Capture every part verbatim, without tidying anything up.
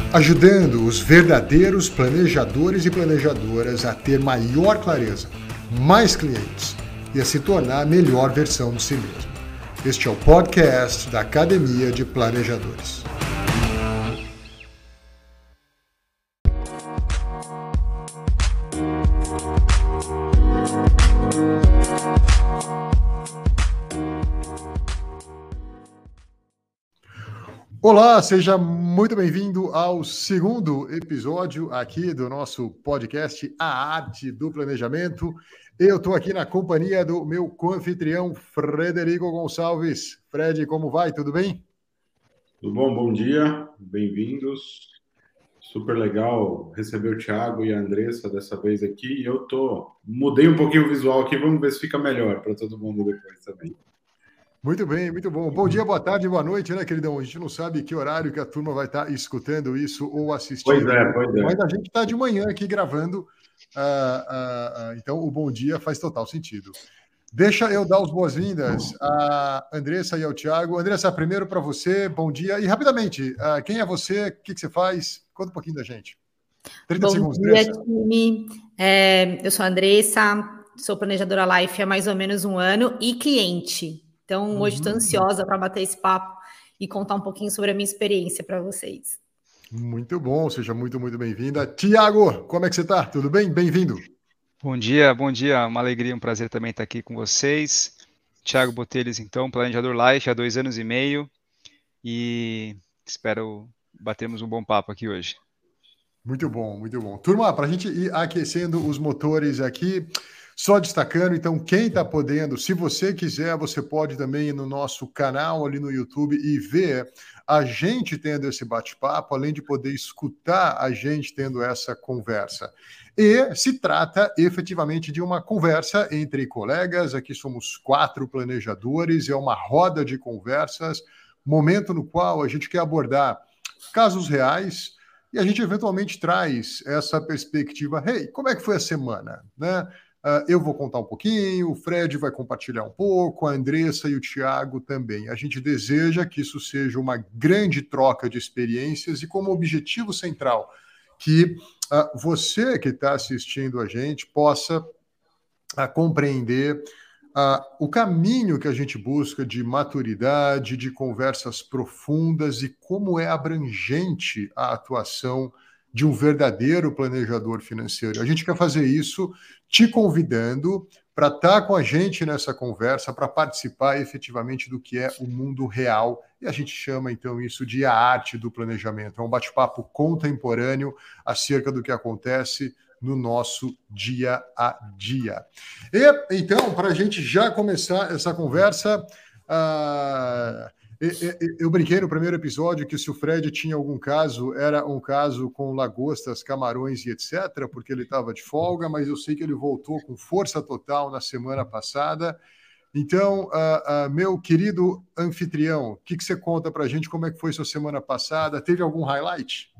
ajudando os verdadeiros planejadores e planejadoras a ter maior clareza, mais clientes e a se tornar a melhor versão de si mesmo. Este é o podcast da Academia de Planejadores. Olá, seja muito bem-vindo ao segundo episódio aqui do nosso podcast A Arte do Planejamento. Eu estou aqui na companhia do meu co-anfitrião Frederico Gonçalves. Fred, como vai? Tudo bem? Tudo bom? Bom dia, bem-vindos. Super legal receber o Thiago e a Andressa dessa vez aqui. Eu tô mudei um pouquinho o visual aqui, vamos ver se fica melhor para todo mundo depois também. Muito bem, muito bom. Bom dia, boa tarde, boa noite, né, queridão? A gente não sabe que horário que a turma vai estar escutando isso ou assistindo. Pois é, pois é. Mas a gente está de manhã aqui gravando, uh, uh, uh, então o bom dia faz total sentido. Deixa eu dar as boas-vindas à Andressa e ao Thiago. Andressa, primeiro para você, bom dia. E rapidamente, uh, quem é você? O que, que você faz? Conta um pouquinho da gente. trinta bom segundos, dia, Andressa. Time. É, eu sou a Andressa, sou planejadora Life há mais ou menos um ano e cliente. Então, hoje estou uhum. ansiosa para bater esse papo e contar um pouquinho sobre a minha experiência para vocês. Muito bom, seja muito, muito bem-vinda. Tiago, como é que você está? Tudo bem? Bem-vindo. Bom dia, bom dia. Uma alegria, um prazer também estar aqui com vocês. Tiago Botelhos, então, planejador Life há dois anos e meio e espero batermos um bom papo aqui hoje. Muito bom, muito bom. Turma, para a gente ir aquecendo os motores aqui, só destacando, então, quem está podendo, se você quiser, você pode também ir no nosso canal ali no YouTube e ver a gente tendo esse bate-papo, além de poder escutar a gente tendo essa conversa. E se trata efetivamente de uma conversa entre colegas, aqui somos quatro planejadores, é uma roda de conversas, momento no qual a gente quer abordar casos reais e a gente eventualmente traz essa perspectiva, hey, como é que foi a semana, né? Uh, eu vou contar um pouquinho, o Fred vai compartilhar um pouco, a Andressa e o Thiago também. A gente deseja que isso seja uma grande troca de experiências e como objetivo central que uh, você que está assistindo a gente possa uh, compreender uh, o caminho que a gente busca de maturidade, de conversas profundas e como é abrangente a atuação de um verdadeiro planejador financeiro. A gente quer fazer isso te convidando para estar com a gente nessa conversa, para participar efetivamente do que é o mundo real. E a gente chama, então, isso de a arte do planejamento. É um bate-papo contemporâneo acerca do que acontece no nosso dia a dia. E, então, para a gente já começar essa conversa... Uh... Eu brinquei no primeiro episódio que se o Fred tinha algum caso, era um caso com lagostas, camarões e etcétera, porque ele estava de folga, mas eu sei que ele voltou com força total na semana passada. Então, uh, uh, meu querido anfitrião, o que, que você conta para a gente? Como é que foi sua semana passada? Teve algum highlight?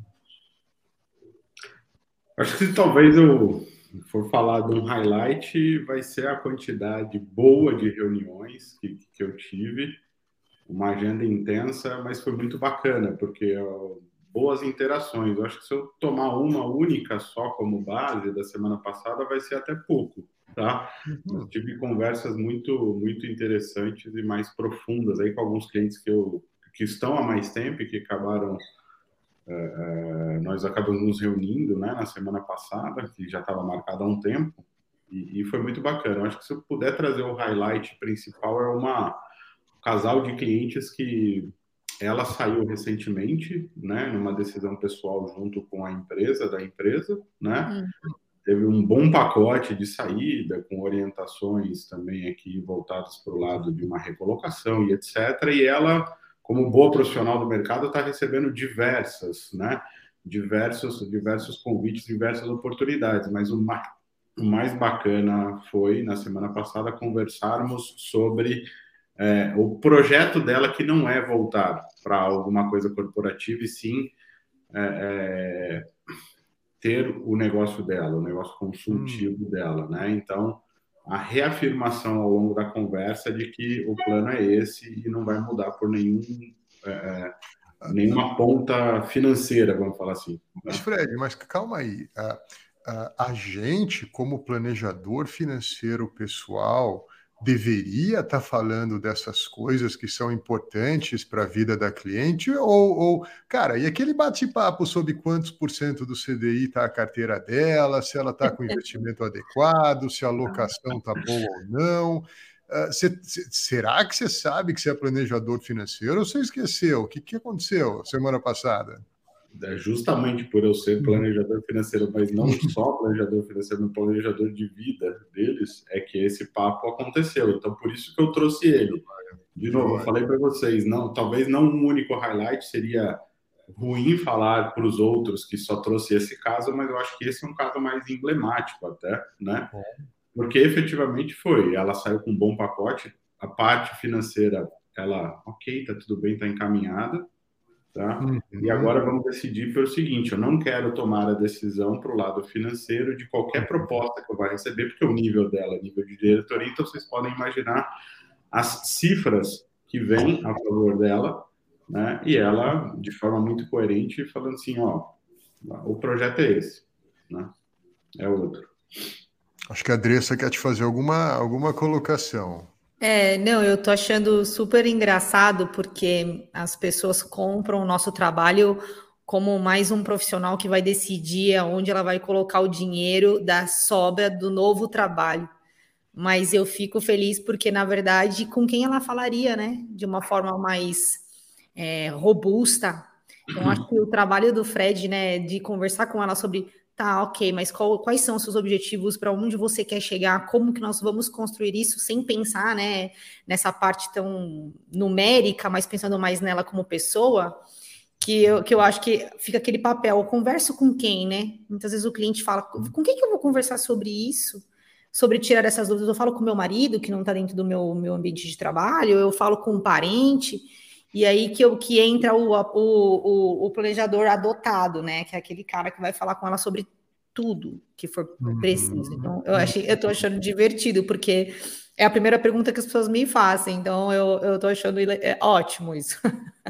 Acho que se talvez eu for falar de um highlight, vai ser a quantidade boa de reuniões que, que eu tive. Uma agenda intensa, mas foi muito bacana, porque ó, boas interações. Eu acho que se eu tomar uma única só como base da semana passada, vai ser até pouco, tá? Uhum. Eu tive conversas muito, muito interessantes e mais profundas aí com alguns clientes que, eu, que estão há mais tempo e que acabaram... É, nós acabamos nos reunindo, né, na semana passada, que já estava marcado há um tempo, e, e foi muito bacana. Eu acho que se eu puder trazer o highlight principal, é uma... casal de clientes que ela saiu recentemente, né, numa decisão pessoal junto com a empresa, da empresa, né, uhum. Teve um bom pacote de saída, com orientações também aqui voltadas para o lado de uma recolocação e etcétera, e ela, como boa profissional do mercado, está recebendo diversas, né, diversos, diversos convites, diversas oportunidades, mas o mais, o mais bacana foi, na semana passada, conversarmos sobre É, o projeto dela que não é voltado para alguma coisa corporativa e sim é, é, ter o negócio dela, o negócio consultivo hum. dela, né? Então, a reafirmação ao longo da conversa de que o plano é esse e não vai mudar por nenhum é, nenhuma ponta financeira, vamos falar assim. Mas, Fred, mas calma aí. A, a, a gente, como planejador financeiro pessoal, deveria estar falando dessas coisas que são importantes para a vida da cliente? Ou, ou, cara, e aquele bate-papo sobre quantos por cento do C D I está a carteira dela, se ela está com o investimento adequado, se a alocação está boa ou não? Uh, cê, cê, será que você sabe que você é planejador financeiro ou você esqueceu? O que, que aconteceu semana passada? Justamente por eu ser planejador financeiro, mas não só planejador financeiro, mas planejador de vida deles, é que esse papo aconteceu. Então, por isso que eu trouxe ele. De novo, eu falei para vocês, não, talvez não um único highlight, seria ruim falar para os outros que só trouxe esse caso, mas eu acho que esse é um caso mais emblemático até, né? Porque efetivamente foi, ela saiu com um bom pacote, a parte financeira, ela, ok, tá tudo bem, tá encaminhada, tá? Uhum. E agora vamos decidir pelo seguinte, eu não quero tomar a decisão para o lado financeiro de qualquer proposta que eu vá receber, porque o nível dela é nível de diretoria, então vocês podem imaginar as cifras que vêm a favor dela, né? E ela, de forma muito coerente, falando assim, ó, o projeto é esse, né? É outro. Acho que a Andressa quer te fazer alguma, alguma colocação. É, não, eu tô achando super engraçado porque as pessoas compram o nosso trabalho como mais um profissional que vai decidir aonde ela vai colocar o dinheiro da sobra do novo trabalho. Mas eu fico feliz porque, na verdade, com quem ela falaria, né? De uma forma mais é, robusta. Então, acho que o trabalho do Fred, né, de conversar com ela sobre tá, ok, mas qual, quais são os seus objetivos, para onde você quer chegar, como que nós vamos construir isso sem pensar, né, nessa parte tão numérica, mas pensando mais nela como pessoa, que eu, que eu acho que fica aquele papel, eu converso com quem, né? Muitas vezes o cliente fala, com quem que eu vou conversar sobre isso? Sobre tirar essas dúvidas, eu falo com meu marido, que não está dentro do meu, meu ambiente de trabalho, eu falo com um parente, e aí que, eu, que entra o, o, o, o planejador adotado, né? Que é aquele cara que vai falar com ela sobre tudo que for preciso. Então, eu achei, eu tô achando divertido, porque é a primeira pergunta que as pessoas me fazem, então eu, eu tô achando é, ótimo isso.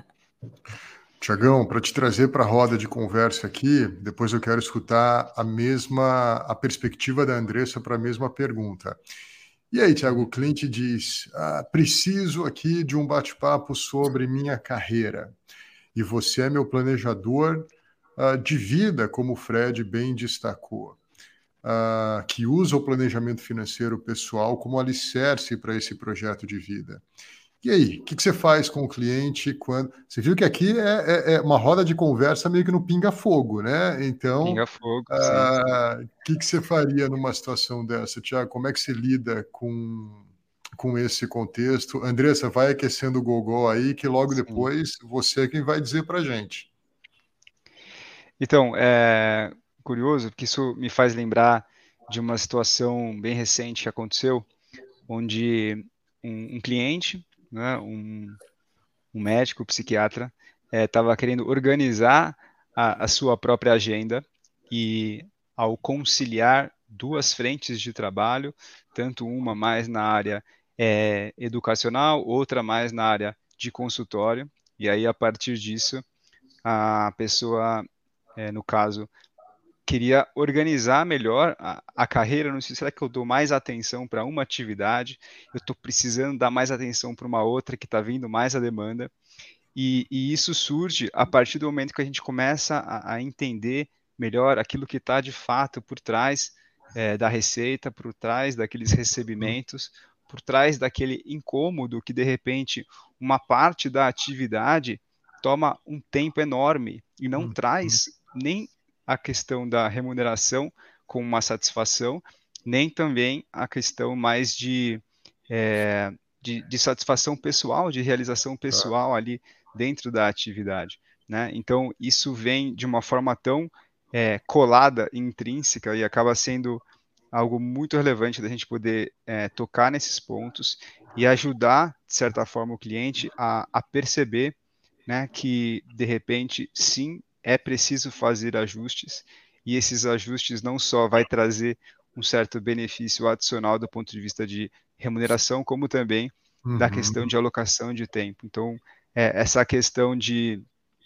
Tiagão, para te trazer para a roda de conversa aqui, depois eu quero escutar a mesma, a perspectiva da Andressa para a mesma pergunta. E aí, Tiago, o cliente diz, ah, preciso aqui de um bate-papo sobre minha carreira. E você é meu planejador uh, de vida, como o Fred bem destacou, uh, que usa o planejamento financeiro pessoal como alicerce para esse projeto de vida. E aí, o que, que você faz com o cliente quando... Você viu que aqui é, é, é uma roda de conversa meio que no pinga-fogo, né? Então, pinga-fogo, o uh, que, que você faria numa situação dessa, Tiago? Como é que você lida com, com esse contexto? Andressa, vai aquecendo o gogó aí, que logo sim. Depois você é quem vai dizer para a gente. Então, é curioso, porque isso me faz lembrar de uma situação bem recente que aconteceu, onde um, um cliente, né, um, um médico, um psiquiatra, estava é, querendo organizar a, a sua própria agenda e, ao conciliar duas frentes de trabalho, tanto uma mais na área é, educacional, outra mais na área de consultório, e aí, a partir disso, a pessoa, é, no caso, queria organizar melhor a, a carreira, não sei, será que eu dou mais atenção para uma atividade, eu estou precisando dar mais atenção para uma outra que está vindo mais a demanda, e, e isso surge a partir do momento que a gente começa a, a entender melhor aquilo que está de fato por trás é, da receita, por trás daqueles recebimentos, por trás daquele incômodo que de repente uma parte da atividade toma um tempo enorme e não uhum. traz nem a questão da remuneração com uma satisfação, nem também a questão mais de, é, de, de satisfação pessoal, de realização pessoal ali dentro da atividade, né? Então, isso vem de uma forma tão é, colada, intrínseca, e acaba sendo algo muito relevante da gente poder é, tocar nesses pontos e ajudar, de certa forma, o cliente a, a perceber, né, que, de repente, sim, é preciso fazer ajustes, e esses ajustes não só vai trazer um certo benefício adicional do ponto de vista de remuneração, como também uhum. da questão de alocação de tempo. Então, é, essa questão de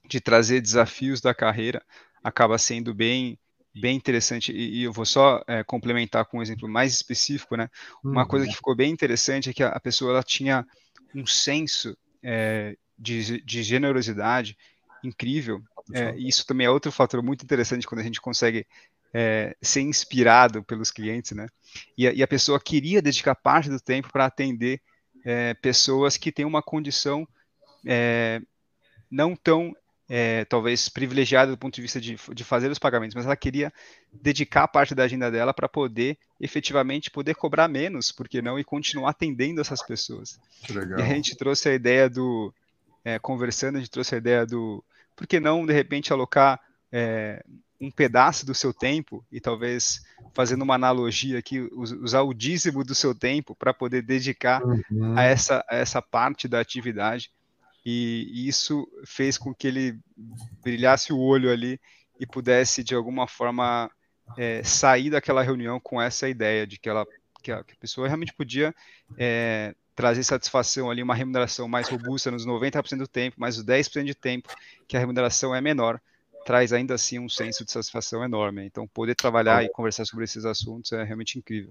de trazer desafios da carreira, acaba sendo bem, bem interessante. E, e eu vou só é, complementar com um exemplo mais específico, né? Uma Uhum. coisa que ficou bem interessante é que a, a pessoa ela tinha um senso é, de, de generosidade incrível. É, e isso também é outro fator muito interessante quando a gente consegue é, ser inspirado pelos clientes, né? E a, e a pessoa queria dedicar parte do tempo para atender é, pessoas que têm uma condição é, não tão, é, talvez, privilegiada do ponto de vista de, de fazer os pagamentos, mas ela queria dedicar parte da agenda dela para poder, efetivamente, poder cobrar menos, porque não, e continuar atendendo essas pessoas. Que legal. E a gente trouxe a ideia do, é, conversando, a gente trouxe a ideia do, por que não, de repente, alocar é, um pedaço do seu tempo e talvez, fazendo uma analogia aqui, usar o dízimo do seu tempo para poder dedicar Uhum. a, essa, a essa parte da atividade. E, e isso fez com que ele brilhasse o olho ali e pudesse, de alguma forma, é, sair daquela reunião com essa ideia de que, ela, que, a, que a pessoa realmente podia é, trazer satisfação ali, uma remuneração mais robusta nos noventa por cento do tempo, mas os dez por cento de tempo que a remuneração é menor, traz ainda assim um senso de satisfação enorme. Então, poder trabalhar e conversar sobre esses assuntos é realmente incrível.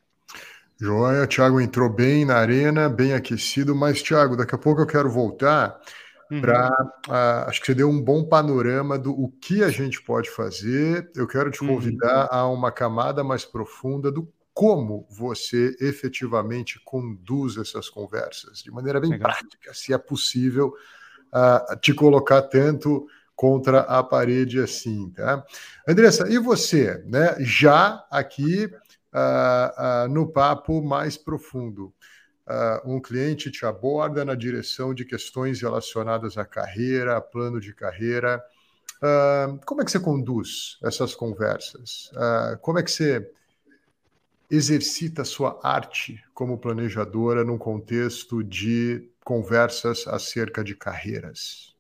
Joia, Thiago entrou bem na arena, bem aquecido, mas, Thiago, daqui a pouco eu quero voltar uhum. para... Uh, acho que você deu um bom panorama do o que a gente pode fazer. Eu quero te convidar uhum. a uma camada mais profunda do como você efetivamente conduz essas conversas, de maneira bem Legal. prática, se é possível uh, te colocar tanto contra a parede assim, tá? Andressa, e você, né? Já aqui... Uh, uh, no papo mais profundo. Uh, um cliente te aborda na direção de questões relacionadas à carreira, a plano de carreira. Uh, como é que você conduz essas conversas? Uh, como é que você exercita a sua arte como planejadora num contexto de conversas acerca de carreiras?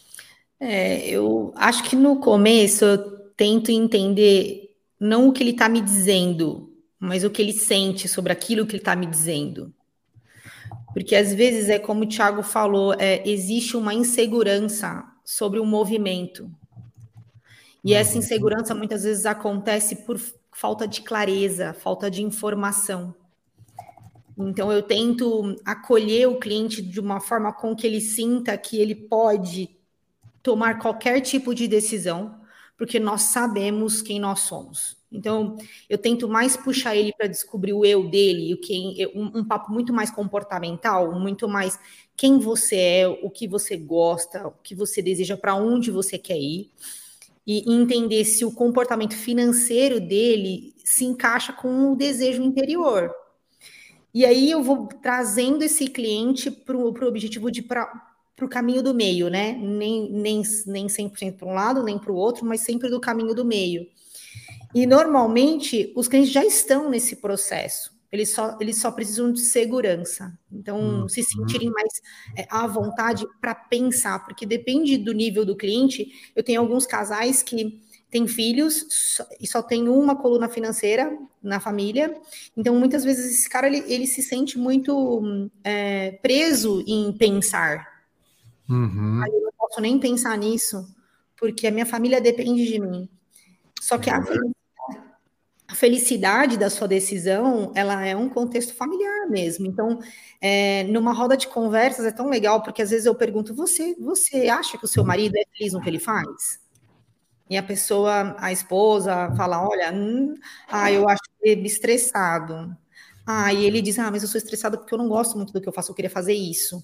É, eu acho que no começo eu tento entender não o que ele está me dizendo, mas o que ele sente sobre aquilo que ele está me dizendo. Porque às vezes é como o Thiago falou, é, existe uma insegurança sobre o movimento. E uhum. essa insegurança muitas vezes acontece por falta de clareza, falta de informação. Então eu tento acolher o cliente de uma forma com que ele sinta que ele pode tomar qualquer tipo de decisão, porque nós sabemos quem nós somos. Então, eu tento mais puxar ele para descobrir o eu dele, o que, um, um papo muito mais comportamental, muito mais quem você é, o que você gosta, o que você deseja, para onde você quer ir, e entender se o comportamento financeiro dele se encaixa com o desejo interior. E aí eu vou trazendo esse cliente para o objetivo de... Pra, para o caminho do meio, né? Nem, nem, nem cem por cento para um lado, nem para o outro, mas sempre do caminho do meio. E, normalmente, os clientes já estão nesse processo. Eles só, eles só precisam de segurança. Então, uhum. se sentirem mais é, à vontade para pensar, porque depende do nível do cliente. Eu tenho alguns casais que têm filhos só, e só tem uma coluna financeira na família. Então, muitas vezes, esse cara, ele, ele se sente muito é, preso em pensar. Uhum. Aí eu não posso nem pensar nisso, porque a minha família depende de mim. Só que a felicidade, a felicidade da sua decisão, ela é um contexto familiar mesmo. Então, é, numa roda de conversas é tão legal, porque às vezes eu pergunto, você, você acha que o seu marido é feliz no que ele faz? E a pessoa, a esposa, fala, olha, hum, ah, eu acho ele estressado. Ah, e ele diz, ah, mas eu sou estressado porque eu não gosto muito do que eu faço, eu queria fazer isso.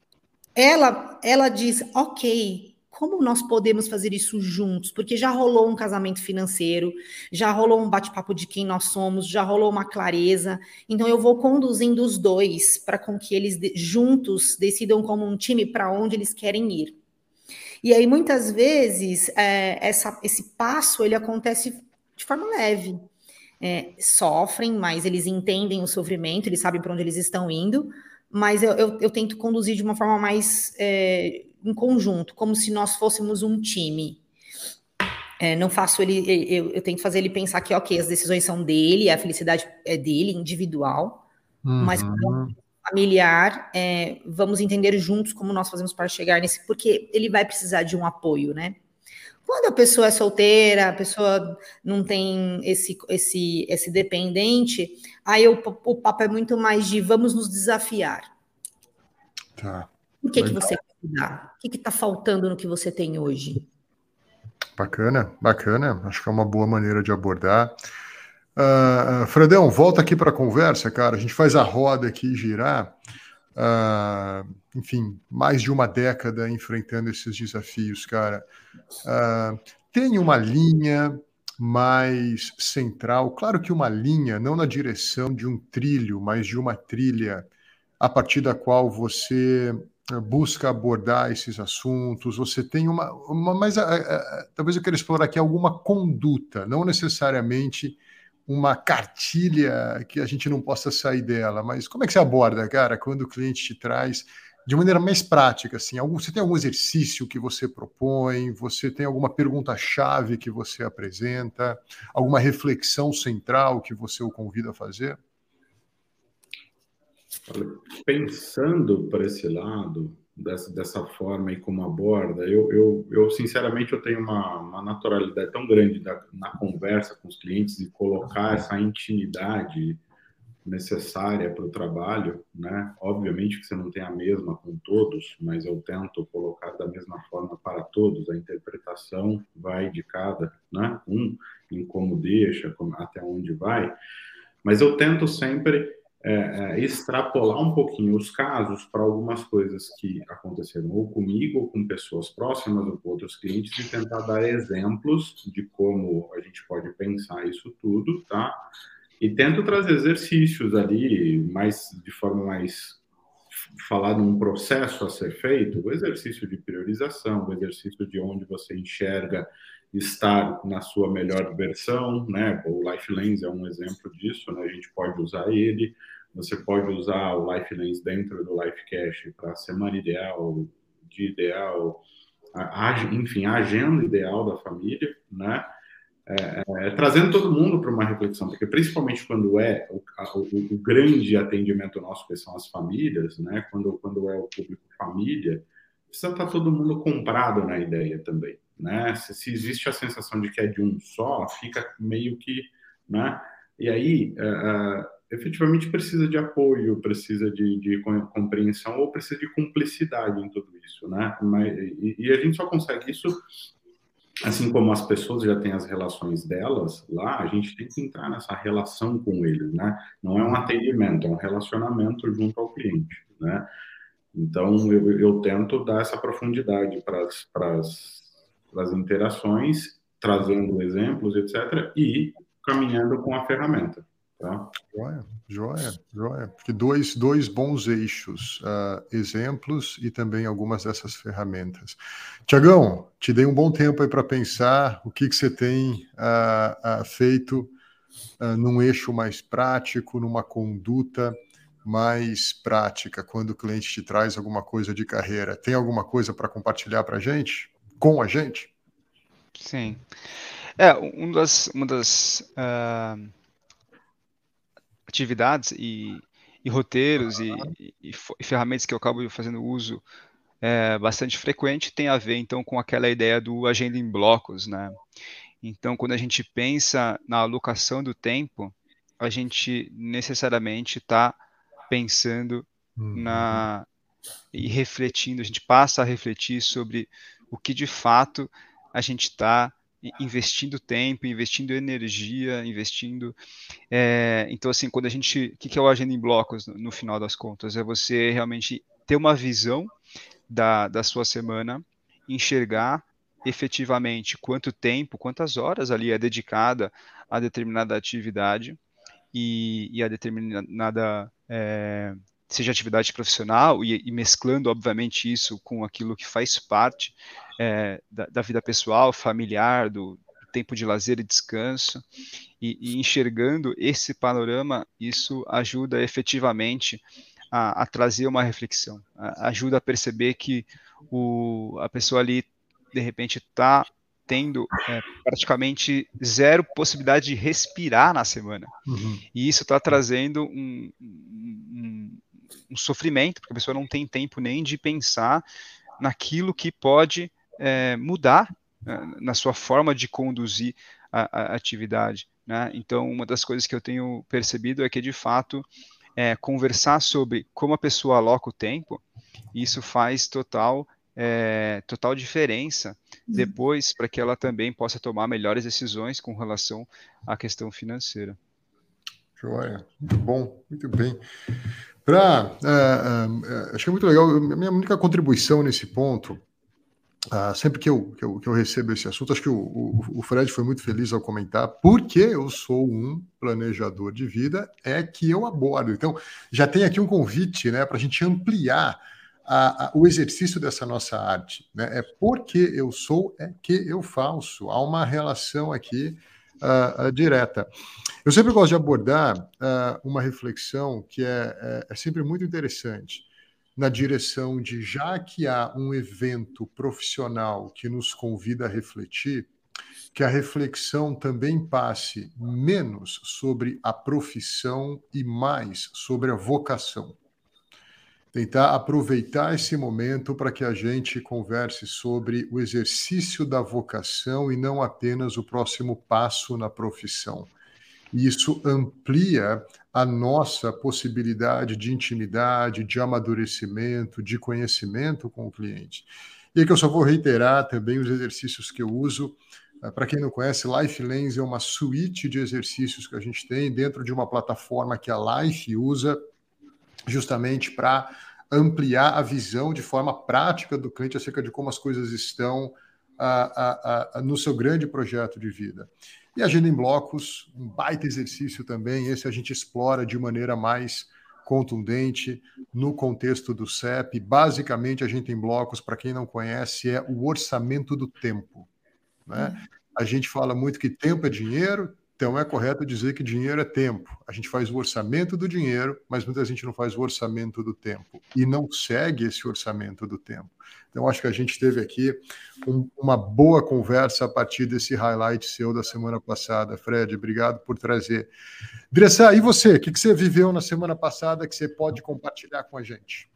Ela, ela diz, ok, como nós podemos fazer isso juntos? Porque já rolou um casamento financeiro, já rolou um bate-papo de quem nós somos, já rolou uma clareza. Então, eu vou conduzindo os dois para com que eles de, juntos decidam como um time para onde eles querem ir. E aí, muitas vezes, é, essa, esse passo, ele acontece de forma leve. É, sofrem, mas eles entendem o sofrimento, eles sabem para onde eles estão indo, mas eu, eu, eu tento conduzir de uma forma mais é, em conjunto, como se nós fôssemos um time. É, não faço ele, eu, eu tento fazer ele pensar que, ok, as decisões são dele, a felicidade é dele, individual, uhum. mas familiar, é, vamos entender juntos como nós fazemos para chegar nesse, porque ele vai precisar de um apoio, né? Quando a pessoa é solteira, a pessoa não tem esse, esse, esse dependente, aí o, o papo é muito mais de vamos nos desafiar. Tá. O que, que você quer mudar? O que está faltando no que você tem hoje? Bacana, bacana. Acho que é uma boa maneira de abordar. Uh, uh, Fredão, volta aqui para a conversa, cara. A gente faz a roda aqui girar. Uh, enfim, mais de uma década enfrentando esses desafios, cara. Uh, tem uma linha mais central, claro que uma linha, não na direção de um trilho, mas de uma trilha a partir da qual você busca abordar esses assuntos, você tem uma... uma mas a, a, talvez eu queira explorar aqui alguma conduta, não necessariamente uma cartilha que a gente não possa sair dela, mas como é que você aborda, cara, quando o cliente te traz de maneira mais prática, assim, algum, você tem algum exercício que você propõe, você tem alguma pergunta-chave que você apresenta, alguma reflexão central que você o convida a fazer? Pensando por esse lado, dessa, dessa forma e como aborda, eu, eu, eu sinceramente, eu tenho uma, uma naturalidade tão grande da, na conversa com os clientes e colocar essa intimidade necessária para o trabalho, né? Obviamente que você não tem a mesma com todos, mas eu tento colocar da mesma forma para todos. A interpretação vai de cada, né? Um em como deixa, como, até onde vai. Mas eu tento sempre É, é, extrapolar um pouquinho os casos para algumas coisas que aconteceram ou comigo, ou com pessoas próximas, ou com outros clientes, e tentar dar exemplos de como a gente pode pensar isso tudo, tá? E tento trazer exercícios ali, mais, de forma mais falar num processo a ser feito, o exercício de priorização, o exercício de onde você enxerga estar na sua melhor versão, né? O Life Lens é um exemplo disso, né? A gente pode usar ele, você pode usar o Life Lens dentro do Life Cache para a semana ideal, dia ideal, a, a, enfim, a agenda ideal da família, né? É, é, trazendo todo mundo para uma reflexão, porque principalmente quando é o, o, o grande atendimento nosso, que são as famílias, né? Quando, quando é o público família, precisa estar todo mundo comprado na ideia também, né? Se, se existe a sensação de que é de um só, fica meio que, né? E aí, uh, uh, efetivamente precisa de apoio, precisa de, de compreensão ou precisa de cumplicidade em tudo isso, né? Mas, e, e a gente só consegue isso, assim como as pessoas já têm as relações delas lá, a gente tem que entrar nessa relação com eles, né? Não é um atendimento, é um relacionamento junto ao cliente, né? Então, eu, eu tento dar essa profundidade para as interações, trazendo exemplos, etcétera, e caminhando com a ferramenta. Tá? Joia, joia, joia. Porque dois, dois bons eixos, uh, exemplos e também algumas dessas ferramentas. Tiagão, te dei um bom tempo aí para pensar o que, que você tem uh, uh, feito uh, num eixo mais prático, numa conduta mais prática, quando o cliente te traz alguma coisa de carreira. Tem alguma coisa para compartilhar para a gente? Com a gente? Sim. É, um das, uma das uh, atividades e, e roteiros e, e, e ferramentas que eu acabo fazendo uso é, bastante frequente tem a ver, então, com aquela ideia do agenda em blocos, né? Então, quando a gente pensa na alocação do tempo, a gente necessariamente está pensando Uhum. na e refletindo, a gente passa a refletir sobre o que de fato a gente está investindo tempo, investindo energia, investindo... É, então, assim, quando a gente... O que, que é o agenda em blocos, no, no final das contas? É você realmente ter uma visão da, da sua semana, enxergar efetivamente quanto tempo, quantas horas ali é dedicada a determinada atividade e, e a determinada... É, seja atividade profissional, e, e mesclando, obviamente, isso com aquilo que faz parte é, da, da vida pessoal, familiar, do, do tempo de lazer e descanso, e, e enxergando esse panorama, isso ajuda efetivamente a, a trazer uma reflexão, a, ajuda a perceber que o, a pessoa ali, de repente, está tendo é, praticamente zero possibilidade de respirar na semana. Uhum. E isso está trazendo um, um, um sofrimento, porque a pessoa não tem tempo nem de pensar naquilo que pode é, mudar uh, na sua forma de conduzir a, a atividade, né? Então, uma das coisas que eu tenho percebido é que, de fato, é, conversar sobre como a pessoa aloca o tempo, isso faz total, é, total diferença depois para que ela também possa tomar melhores decisões com relação à questão financeira. Joia, muito bom, muito bem. Pra, uh, uh, acho que é muito legal, a minha única contribuição nesse ponto, uh, sempre que eu, que, eu, que eu recebo esse assunto, acho que o, o, o Fred foi muito feliz ao comentar, porque eu sou um planejador de vida, é que eu abordo. Então, já tem aqui um convite, né, para a gente ampliar a, a, o exercício dessa nossa arte. Né? É porque eu sou, é que eu faço. Há uma relação aqui uh, uh, direta. Eu sempre gosto de abordar uh, uma reflexão que é, é, é sempre muito interessante, na direção de, já que há um evento profissional que nos convida a refletir, que a reflexão também passe menos sobre a profissão e mais sobre a vocação. Tentar aproveitar esse momento para que a gente converse sobre o exercício da vocação e não apenas o próximo passo na profissão. Isso amplia a nossa possibilidade de intimidade, de amadurecimento, de conhecimento com o cliente. E aqui eu só vou reiterar também os exercícios que eu uso. Para quem não conhece, Life Lens é uma suíte de exercícios que a gente tem dentro de uma plataforma que a Life usa justamente para ampliar a visão de forma prática do cliente acerca de como as coisas estão a, a, a, no seu grande projeto de vida. E agenda em blocos, um baita exercício também, esse a gente explora de maneira mais contundente no contexto do C E P. Basicamente, a gente em blocos, para quem não conhece, é o orçamento do tempo. Né? Hum. A gente fala muito que tempo é dinheiro, então é correto dizer que dinheiro é tempo. A gente faz o orçamento do dinheiro, mas muita gente não faz o orçamento do tempo e não segue esse orçamento do tempo. Então, acho que a gente teve aqui um, uma boa conversa a partir desse highlight seu da semana passada. Fred, obrigado por trazer. Dressa, e você? O que, que você viveu na semana passada que você pode compartilhar com a gente?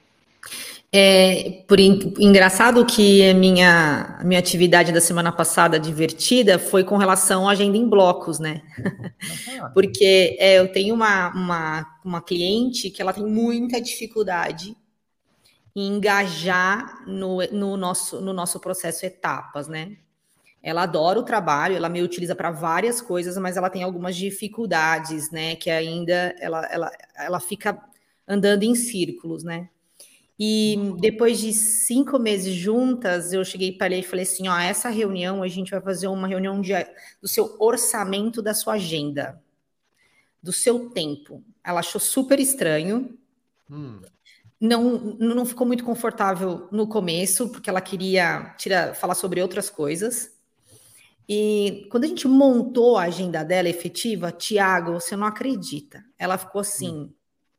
É, por in, engraçado que a minha, a minha atividade da semana passada divertida foi com relação à agenda em blocos, né? Porque é, eu tenho uma, uma, uma cliente que ela tem muita dificuldade em engajar no, no, nosso, no nosso processo etapas, né? Ela adora o trabalho, ela me utiliza para várias coisas, mas ela tem algumas dificuldades, né? Que ainda ela, ela, ela fica andando em círculos, né? E depois de cinco meses juntas, eu cheguei para ele e falei assim, ó, essa reunião, a gente vai fazer uma reunião de, do seu orçamento da sua agenda, do seu tempo. Ela achou super estranho, hum. não, não ficou muito confortável no começo, porque ela queria tira, falar sobre outras coisas. E quando a gente montou a agenda dela efetiva, Tiago, você não acredita, ela ficou assim... Hum.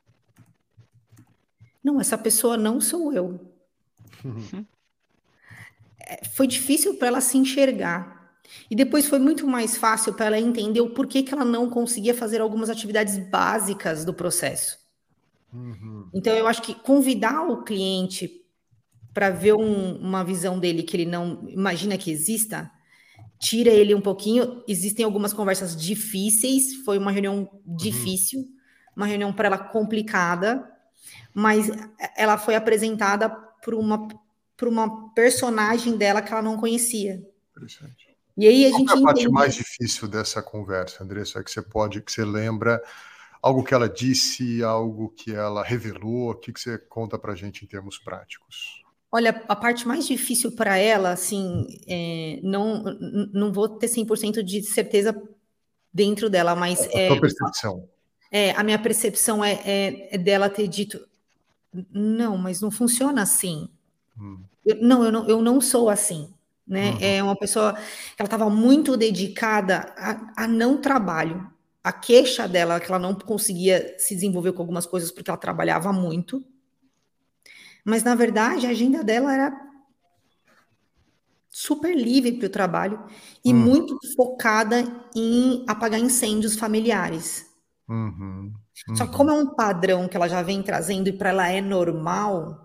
Não, essa pessoa não sou eu. Uhum. Foi difícil para ela se enxergar. E depois foi muito mais fácil para ela entender o porquê que ela não conseguia fazer algumas atividades básicas do processo. Uhum. Então, eu acho que convidar o cliente para ver um, uma visão dele que ele não imagina que exista, tira ele um pouquinho. Existem algumas conversas difíceis. Foi uma reunião difícil, uhum. uma reunião para ela complicada, mas ela foi apresentada por uma, por uma personagem dela que ela não conhecia. Interessante. E aí a Qual gente é a parte entende... mais difícil dessa conversa, Andressa? É que você pode, que você lembra, algo que ela disse, algo que ela revelou, o que, que você conta para a gente em termos práticos? Olha, a parte mais difícil para ela, assim, é, não, não vou ter cem por cento de certeza dentro dela, mas... A é, sua percepção. É, a minha percepção é, é, é dela ter dito... Não, mas não funciona assim. Hum. Eu, não, eu não, eu não sou assim, né? Uhum. É uma pessoa que ela estava muito dedicada a, a não trabalho. A queixa dela é que ela não conseguia se desenvolver com algumas coisas porque ela trabalhava muito. Mas, na verdade, a agenda dela era super livre para o trabalho e hum. muito focada em apagar incêndios familiares. Uhum, uhum. Só que como é um padrão que ela já vem trazendo e para ela é normal,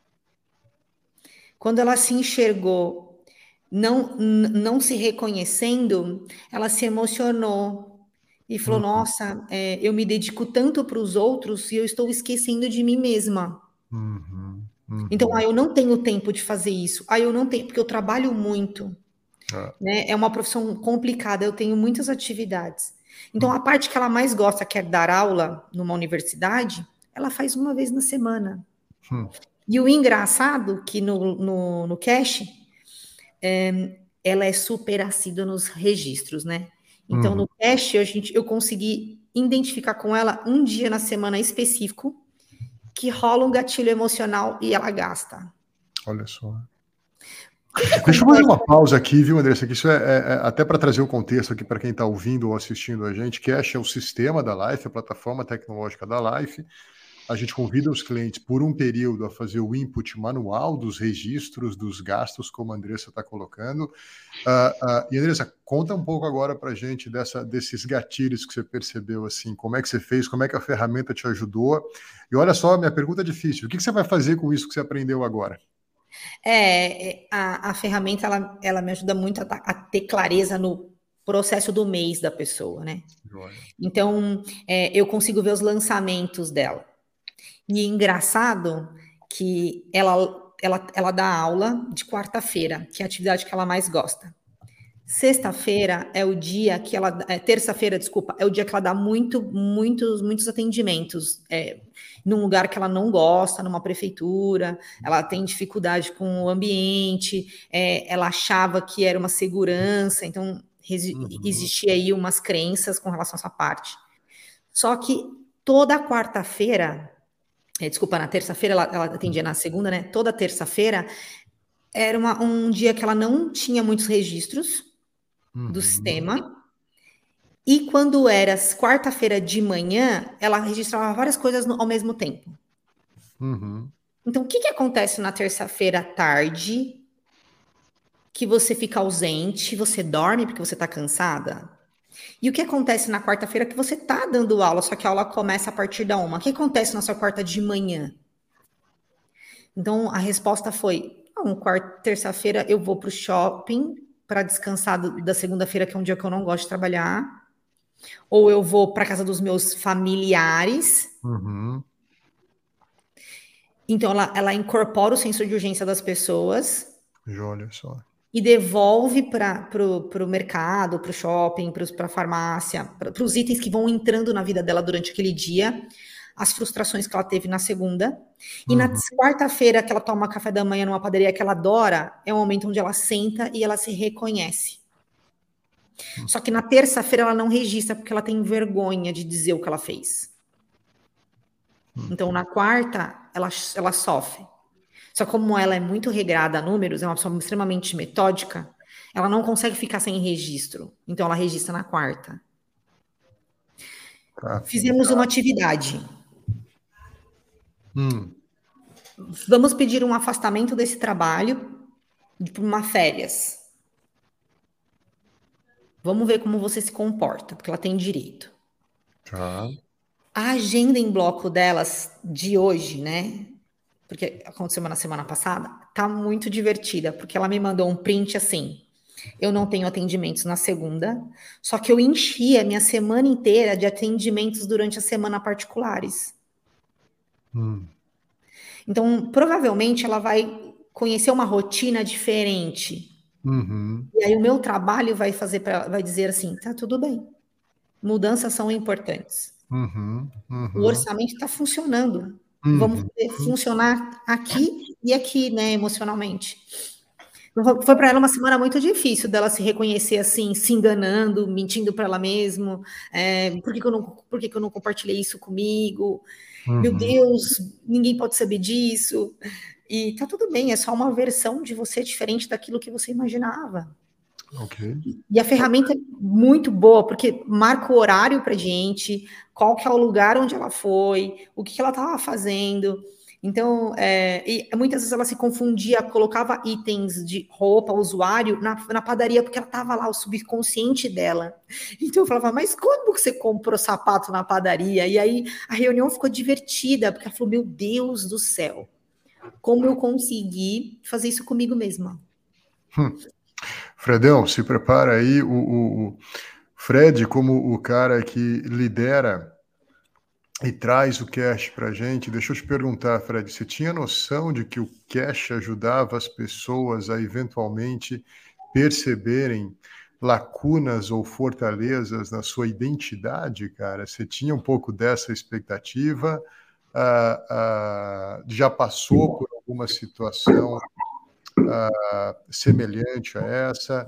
quando ela se enxergou não, não se reconhecendo, ela se emocionou e falou, uhum. Nossa, é, eu me dedico tanto para os outros e eu estou esquecendo de mim mesma. Uhum, uhum. Então, ah, eu não tenho tempo de fazer isso. Ah, eu não tenho, porque eu trabalho muito. Ah. Né? É uma profissão complicada, eu tenho muitas atividades. Então, a parte que ela mais gosta, que é dar aula numa universidade, ela faz uma vez na semana. Hum. E o engraçado, que no, no, no Cash, é, ela é super assídua nos registros, né? Então, uhum. no Cash, a gente, eu consegui identificar com ela um dia na semana específico que rola um gatilho emocional e ela gasta. Olha só. Deixa eu fazer uma pausa aqui, viu, Andressa? Que isso é, é, é até para trazer o contexto aqui para quem está ouvindo ou assistindo a gente. Cash é o sistema da Life, a plataforma tecnológica da Life. A gente convida os clientes por um período a fazer o input manual dos registros dos gastos, como a Andressa está colocando. Uh, uh, e, Andressa, conta um pouco agora para a gente dessa, desses gatilhos que você percebeu, assim, como é que você fez, como é que a ferramenta te ajudou. E olha só, minha pergunta é difícil. O que, que você vai fazer com isso que você aprendeu agora? É, a, a ferramenta, ela, ela me ajuda muito a, a ter clareza no processo do mês da pessoa, né? Olha. Então, é, eu consigo ver os lançamentos dela. E é engraçado que ela, ela, ela dá aula de quarta-feira, que é a atividade que ela mais gosta. Sexta-feira é o dia que ela... É, terça-feira, desculpa, é o dia que ela dá muito, muitos, muitos atendimentos. É, num lugar que ela não gosta, numa prefeitura, ela tem dificuldade com o ambiente, é, ela achava que era uma segurança, então uhum. existia aí umas crenças com relação a essa parte. Só que toda quarta-feira... É, desculpa, na terça-feira, ela, ela atendia na segunda, né? Toda terça-feira era uma, um dia que ela não tinha muitos registros uhum. do sistema. E quando era quarta-feira de manhã, ela registrava várias coisas no, ao mesmo tempo. Uhum. Então, o que, que acontece na terça-feira à tarde? Que você fica ausente, você dorme porque você está cansada? E o que acontece na quarta-feira que você está dando aula, só que a aula começa a partir da uma. O que acontece na sua quarta de manhã? Então, a resposta foi, não, quarta, terça-feira eu vou para o shopping para descansar do, da segunda-feira, que é um dia que eu não gosto de trabalhar. Ou eu vou para casa dos meus familiares. Uhum. Então, ela, ela incorpora o senso de urgência das pessoas. Olha só. E devolve para o mercado, para o shopping, para a farmácia, para os itens que vão entrando na vida dela durante aquele dia, as frustrações que ela teve na segunda. E uhum. na quarta-feira, que ela toma café da manhã numa padaria que ela adora, é um momento onde ela senta e ela se reconhece. Uhum. Só que na terça-feira ela não registra, porque ela tem vergonha de dizer o que ela fez. Uhum. Então, na quarta, ela, ela sofre. Só que como ela é muito regrada a números, é uma pessoa extremamente metódica, ela não consegue ficar sem registro. Então, ela registra na quarta. Tá. Fizemos uma atividade. Hum. Vamos pedir um afastamento desse trabalho por uma férias. Vamos ver como você se comporta, porque ela tem direito. Tá. A agenda em bloco delas de hoje, né? Porque aconteceu na semana passada, tá muito divertida, porque ela me mandou um print assim, eu não tenho atendimentos na segunda, só que eu enchi a minha semana inteira de atendimentos durante a semana particulares. Hum. Então, provavelmente, ela vai conhecer uma rotina diferente. Uhum. E aí o meu trabalho vai fazer pra, vai dizer assim, tá tudo bem, mudanças são importantes. Uhum. Uhum. O orçamento está funcionando. Uhum. Vamos funcionar aqui e aqui, né, emocionalmente. Foi para ela uma semana muito difícil dela se reconhecer assim, se enganando, mentindo para ela mesma. É, por que, que, eu não, por que, que eu não compartilhei isso comigo? Uhum. Meu Deus, ninguém pode saber disso. E tá tudo bem, é só uma versão de você diferente daquilo que você imaginava. Okay. E a ferramenta é muito boa, porque marca o horário para gente, qual que é o lugar onde ela foi, o que, que ela estava fazendo. Então, é, e muitas vezes ela se confundia, colocava itens de roupa, usuário, na, na padaria, porque ela estava lá, o subconsciente dela. Então eu falava, mas como que você comprou sapato na padaria? E aí a reunião ficou divertida, porque ela falou, meu Deus do céu, como eu consegui fazer isso comigo mesma? Hum. Fredão, se prepara aí, o, o, o Fred, como o cara que lidera e traz o cash para a gente. Deixa eu te perguntar, Fred, você tinha noção de que o cash ajudava as pessoas a eventualmente perceberem lacunas ou fortalezas na sua identidade, cara? Você tinha um pouco dessa expectativa? Ah, ah, já passou por alguma situação ah, semelhante a essa?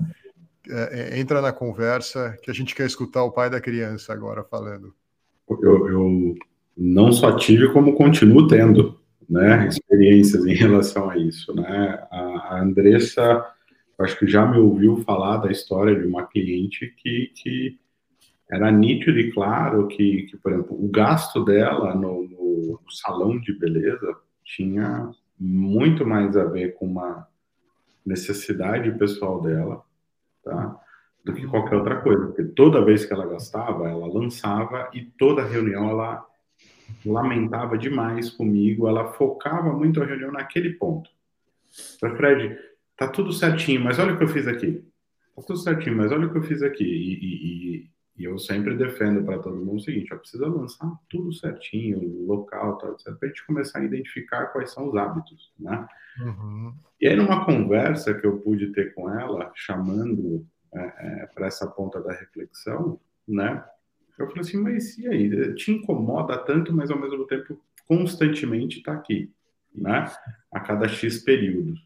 É, entra na conversa que a gente quer escutar o pai da criança agora falando. Eu, eu não só tive, como continuo tendo, né, experiências em relação a isso, né? A, a Andressa, acho que já me ouviu falar da história de uma cliente que, que era nítido e claro que, que, por exemplo, o gasto dela no, no salão de beleza tinha muito mais a ver com uma necessidade pessoal dela, tá? Do que qualquer outra coisa, porque toda vez que ela gastava, ela lançava e toda reunião ela lamentava demais comigo, ela focava muito a reunião naquele ponto. Então, Fred, tá tudo certinho, mas olha o que eu fiz aqui. Tá tudo certinho, mas olha o que eu fiz aqui. E, e, e eu sempre defendo para todo mundo o seguinte, ó, precisa lançar tudo certinho, local, tal, etcétera, para a gente começar a identificar quais são os hábitos, né? Uhum. E aí, numa conversa que eu pude ter com ela, chamando é, é, para essa ponta da reflexão, né? Eu falei assim, mas e aí? Te incomoda tanto, mas ao mesmo tempo constantemente está aqui, né? A cada X períodos.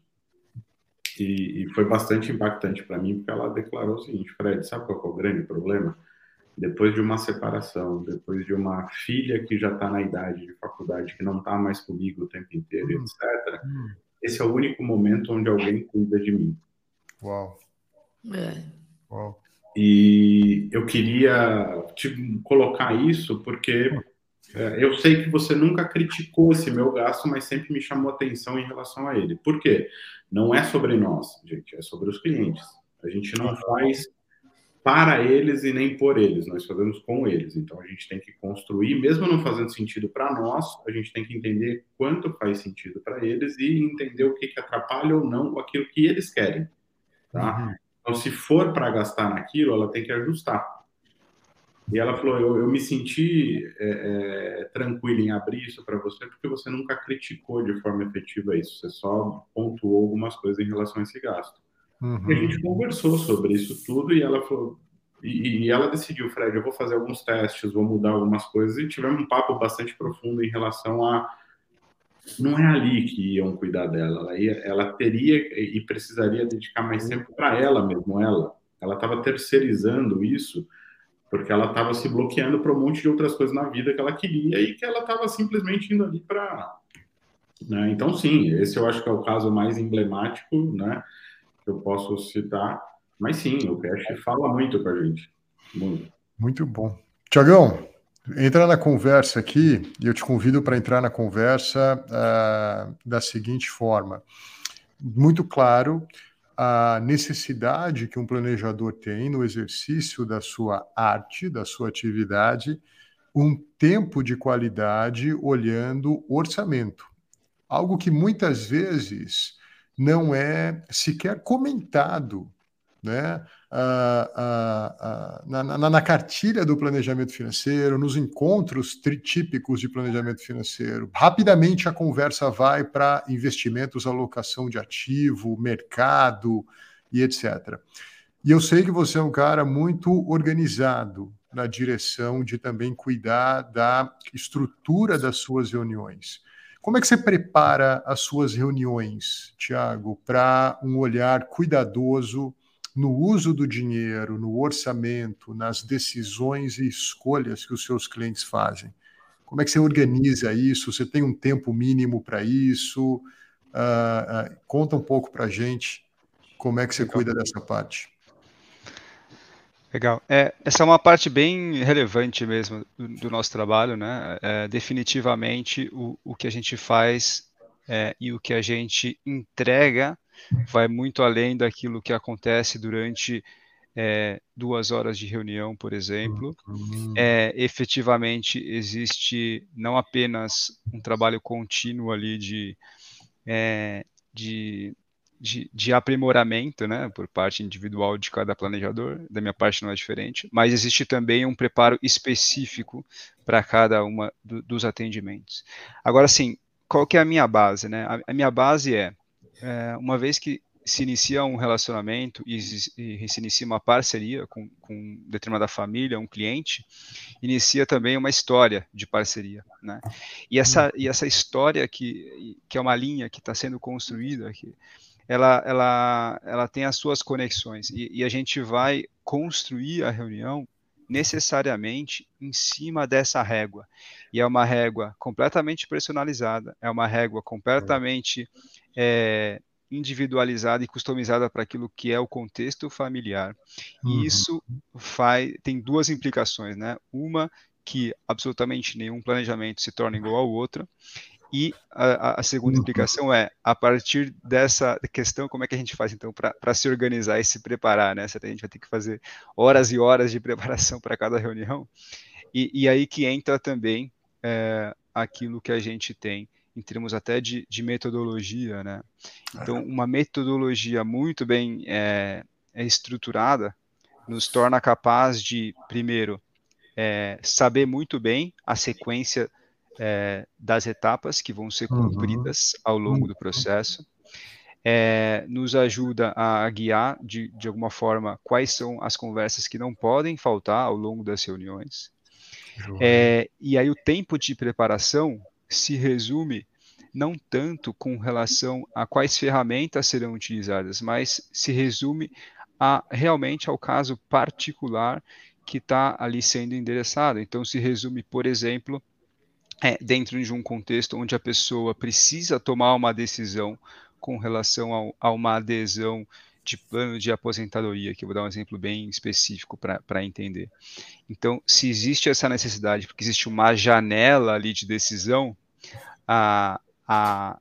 E, e foi bastante impactante para mim, porque ela declarou o seguinte, Fred, sabe qual é o grande problema? Depois de uma separação, depois de uma filha que já está na idade de faculdade, que não está mais comigo o tempo inteiro, hum. etcétera, hum. esse é o único momento onde alguém cuida de mim. Uau. É. Uau. E eu queria te colocar isso porque é, eu sei que você nunca criticou esse meu gasto, mas sempre me chamou atenção em relação a ele. Por quê? Não é sobre nós, gente, é sobre os clientes. A gente não faz para eles e nem por eles, nós fazemos com eles. Então a gente tem que construir, mesmo não fazendo sentido para nós, a gente tem que entender quanto faz sentido para eles e entender o que, que atrapalha ou não aquilo que eles querem, tá? Uhum. Então, se for para gastar naquilo, ela tem que ajustar. E ela falou, eu, eu me senti é, é, tranquila em abrir isso para você, porque você nunca criticou de forma efetiva isso, você só pontuou algumas coisas em relação a esse gasto. Uhum. E a gente conversou sobre isso tudo e ela falou, e, e ela decidiu, Fred, eu vou fazer alguns testes, vou mudar algumas coisas, e tivemos um papo bastante profundo em relação a não é ali que iam cuidar dela, ela, ia, ela teria e precisaria dedicar mais tempo para ela mesmo, ela. Ela estava terceirizando isso porque ela estava se bloqueando para um monte de outras coisas na vida que ela queria e que ela estava simplesmente indo ali para... Né? Então, sim, esse eu acho que é o caso mais emblemático, né, que eu posso citar. Mas sim, o cash fala muito com a gente. Muito. Muito bom. Tiagão, entra na conversa aqui, e eu te convido para entrar na conversa uh, da seguinte forma. Muito claro a necessidade que um planejador tem no exercício da sua arte, da sua atividade, um tempo de qualidade olhando orçamento. Algo que muitas vezes não é sequer comentado, né? Ah, ah, ah, na, na, na cartilha do planejamento financeiro, nos encontros típicos de planejamento financeiro. Rapidamente a conversa vai para investimentos, alocação de ativo, mercado e etcétera. E eu sei que você é um cara muito organizado na direção de também cuidar da estrutura das suas reuniões. Como é que você prepara as suas reuniões, Tiago, para um olhar cuidadoso no uso do dinheiro, no orçamento, nas decisões e escolhas que os seus clientes fazem? Como é que você organiza isso? Você tem um tempo mínimo para isso? Uh, uh, conta um pouco para a gente como é que você cuida dessa parte. Legal. É, essa é uma parte bem relevante mesmo do, do nosso trabalho, né? É, definitivamente o, o que a gente faz é, e o que a gente entrega vai muito além daquilo que acontece durante é, duas horas de reunião, por exemplo. Uhum. É, efetivamente existe não apenas um trabalho contínuo ali de, é, de De, de aprimoramento, né, por parte individual de cada planejador, da minha parte não é diferente, mas existe também um preparo específico para cada uma do, dos atendimentos. Agora, sim, qual que é a minha base, né? A, a minha base é, é, uma vez que se inicia um relacionamento e, e se inicia uma parceria com, com determinada família, um cliente, inicia também uma história de parceria, né? E essa, e essa história que, que é uma linha que está sendo construída aqui, ela, ela, ela tem as suas conexões e, e a gente vai construir a reunião necessariamente em cima dessa régua. E é uma régua completamente personalizada, é uma régua completamente é, individualizada e customizada para aquilo que é o contexto familiar. E isso faz, tem duas implicações, né? Uma, que absolutamente nenhum planejamento se torna igual ao outro, e a, a segunda implicação é, a partir dessa questão, como é que a gente faz, então, para se organizar e se preparar, né? A gente vai ter que fazer horas e horas de preparação para cada reunião, e, e aí que entra também é, aquilo que a gente tem, em termos até de, de metodologia, né? Então, uma metodologia muito bem é, é estruturada nos torna capaz de, primeiro, é, saber muito bem a sequência é, das etapas que vão ser cumpridas ao longo do processo, é, nos ajuda a guiar de, de alguma forma quais são as conversas que não podem faltar ao longo das reuniões, é, e aí o tempo de preparação se resume não tanto com relação a quais ferramentas serão utilizadas, mas se resume a, realmente ao caso particular que está ali sendo endereçado. Então, se resume, por exemplo, é, dentro de um contexto onde a pessoa precisa tomar uma decisão com relação ao, a uma adesão de plano de aposentadoria, que eu vou dar um exemplo bem específico para entender. Então, se existe essa necessidade, porque existe uma janela ali de decisão, a, a,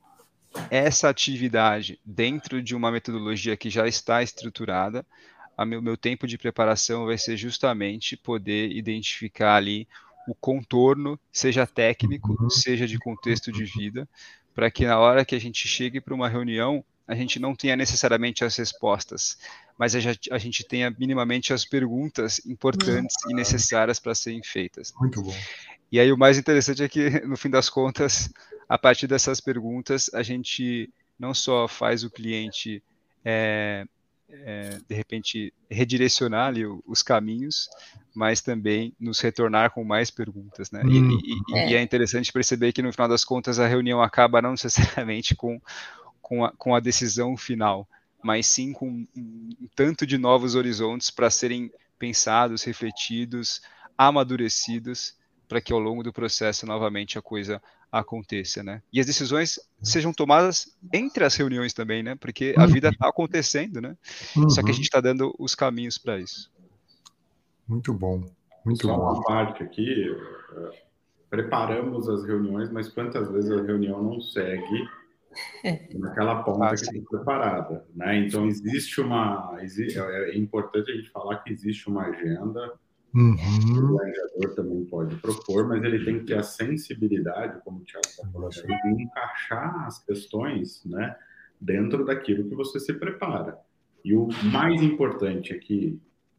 essa atividade dentro de uma metodologia que já está estruturada, o meu, meu tempo de preparação vai ser justamente poder identificar ali o contorno, seja técnico, seja de contexto de vida, para que na hora que a gente chegue para uma reunião, a gente não tenha necessariamente as respostas, mas a gente, a gente tenha minimamente as perguntas importantes e necessárias para serem feitas. Muito bom. E aí o mais interessante é que, no fim das contas, a partir dessas perguntas, a gente não só faz o cliente, é, é, de repente, redirecionar ali os caminhos, mas também nos retornar com mais perguntas, né? E, e, é. e é interessante perceber que, no final das contas, a reunião acaba não necessariamente com, com, a, com a decisão final, mas sim com um, um tanto de novos horizontes para serem pensados, refletidos, amadurecidos, para que ao longo do processo, novamente, a coisa aconteça, né? E as decisões sejam tomadas entre as reuniões também, né? Porque a vida está acontecendo, né? Uhum. Só que a gente está dando os caminhos para isso. Muito bom, muito Só bom. Só uma parte aqui, preparamos as reuniões, mas quantas vezes a reunião não segue naquela ponta ah, que está preparada, né? Então, existe uma... É importante a gente falar que existe uma agenda. Uhum. O planejador também pode propor, mas ele tem que ter a sensibilidade, como o Thiago está falando, de encaixar as questões, né, dentro daquilo que você se prepara. E o mais importante é que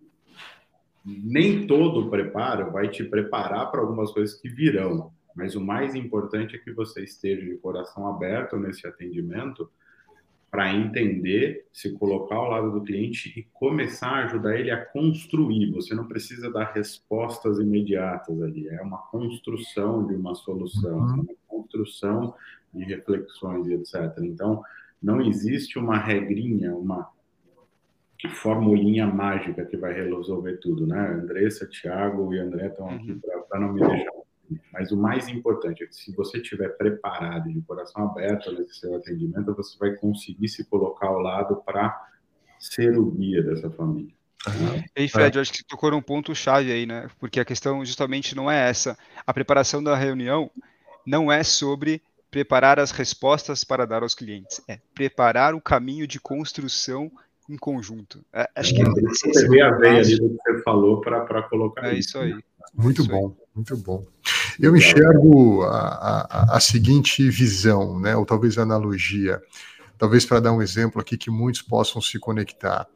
nem todo preparo vai te preparar para algumas coisas que virão, mas o mais importante é que você esteja de coração aberto nesse atendimento para entender, se colocar ao lado do cliente e começar a ajudar ele a construir. Você não precisa dar respostas imediatas ali, é uma construção de uma solução, uhum. é uma construção de reflexões e etcétera. Então, não existe uma regrinha, uma formulinha mágica que vai resolver tudo, né? Andressa, Thiago e André estão aqui uhum. para não me deixar. Mas o mais importante é que se você estiver preparado, de coração aberto nesse seu atendimento, você vai conseguir se colocar ao lado para ser o guia dessa família. Uhum. E aí, Fred, eu acho que você tocou num ponto-chave aí, né? Porque a questão justamente não é essa. A preparação da reunião não é sobre preparar as respostas para dar aos clientes, é preparar o caminho de construção em conjunto. É, acho que esse, esse é o a veia ali do que você falou para colocar é isso aí. Muito é isso bom, aí. muito bom. Eu enxergo a, a, a seguinte visão, né? Ou talvez analogia, talvez para dar um exemplo aqui que muitos possam se conectar.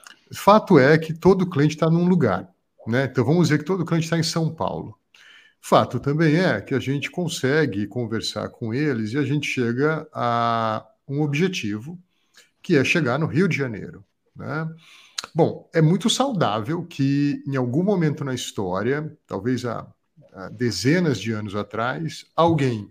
Fato é que todo cliente está num lugar, né? Então vamos dizer que todo cliente está em São Paulo. Fato também é que a gente consegue conversar com eles e a gente chega a um objetivo, que é chegar no Rio de Janeiro, né? Bom, é muito saudável que em algum momento na história, talvez há, há dezenas de anos atrás, alguém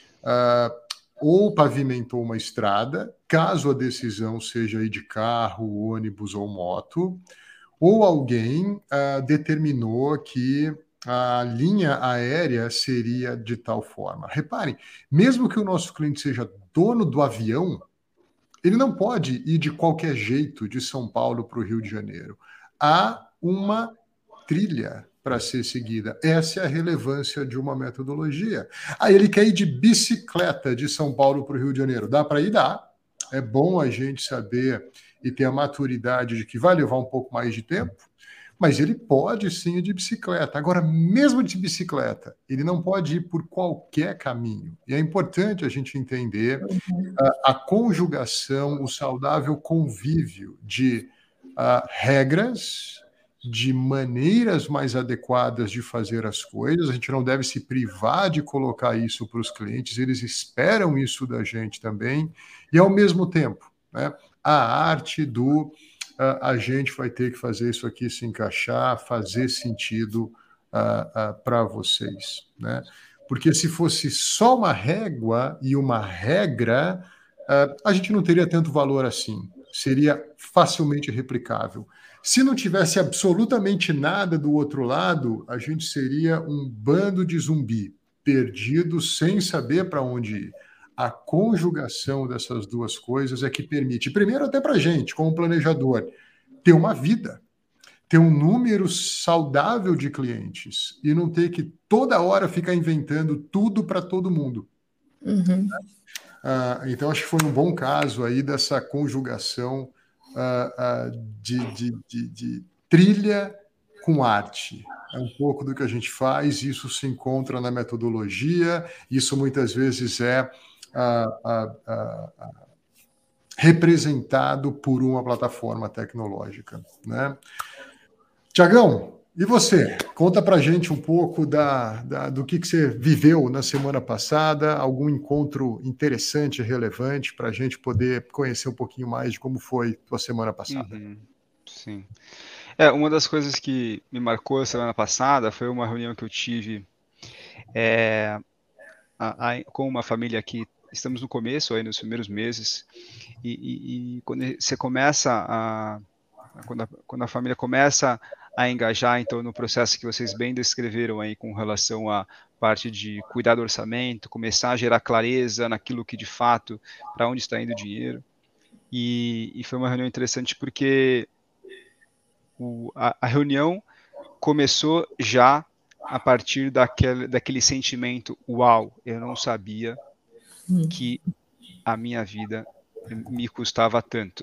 uh, ou pavimentou uma estrada, caso a decisão seja ir de carro, ônibus ou moto, ou alguém uh, determinou que a linha aérea seria de tal forma. Reparem, mesmo que o nosso cliente seja dono do avião, ele não pode ir de qualquer jeito de São Paulo para o Rio de Janeiro. Há uma trilha para ser seguida. Essa é a relevância de uma metodologia. Aí ele quer ir de bicicleta de São Paulo para o Rio de Janeiro. Dá para ir? Dá. É bom a gente saber e ter a maturidade de que vai levar um pouco mais de tempo, mas ele pode sim ir de bicicleta. Agora, mesmo de bicicleta, ele não pode ir por qualquer caminho. E é importante a gente entender a, a conjugação, o saudável convívio de uh, regras, de maneiras mais adequadas de fazer as coisas. A gente não deve se privar de colocar isso para os clientes, eles esperam isso da gente também. E, ao mesmo tempo, né, a arte do Uh, a gente vai ter que fazer isso aqui se encaixar, fazer sentido uh, uh, para vocês, né? Porque se fosse só uma régua e uma regra, uh, a gente não teria tanto valor assim. Seria facilmente replicável. Se não tivesse absolutamente nada do outro lado, a gente seria um bando de zumbi, perdido, sem saber para onde ir. A conjugação dessas duas coisas é que permite, primeiro até para a gente, como planejador, ter uma vida, ter um número saudável de clientes e não ter que toda hora ficar inventando tudo para todo mundo. Uhum. Ah, então, acho que foi um bom caso aí dessa conjugação ah, ah, de, de, de, de trilha com arte. É um pouco do que a gente faz, isso se encontra na metodologia, isso muitas vezes é Uh, uh, uh, uh, representado por uma plataforma tecnológica, né? Tiagão, e você? Conta pra gente um pouco da, da, do que, que você viveu na semana passada, algum encontro interessante, relevante, para a gente poder conhecer um pouquinho mais de como foi a tua semana passada. Uhum, sim. É, uma das coisas que me marcou a semana passada foi uma reunião que eu tive é, a, a, com uma família aqui. Estamos no começo, aí nos primeiros meses, e, e, e quando você começa a quando, a quando a família começa a engajar, então, no processo que vocês bem descreveram aí com relação à parte de cuidar do orçamento, começar a gerar clareza naquilo que de fato, para onde está indo o dinheiro, e, e foi uma reunião interessante porque o, a, a reunião começou já a partir daquele, daquele sentimento, uau, eu não sabia que a minha vida me custava tanto.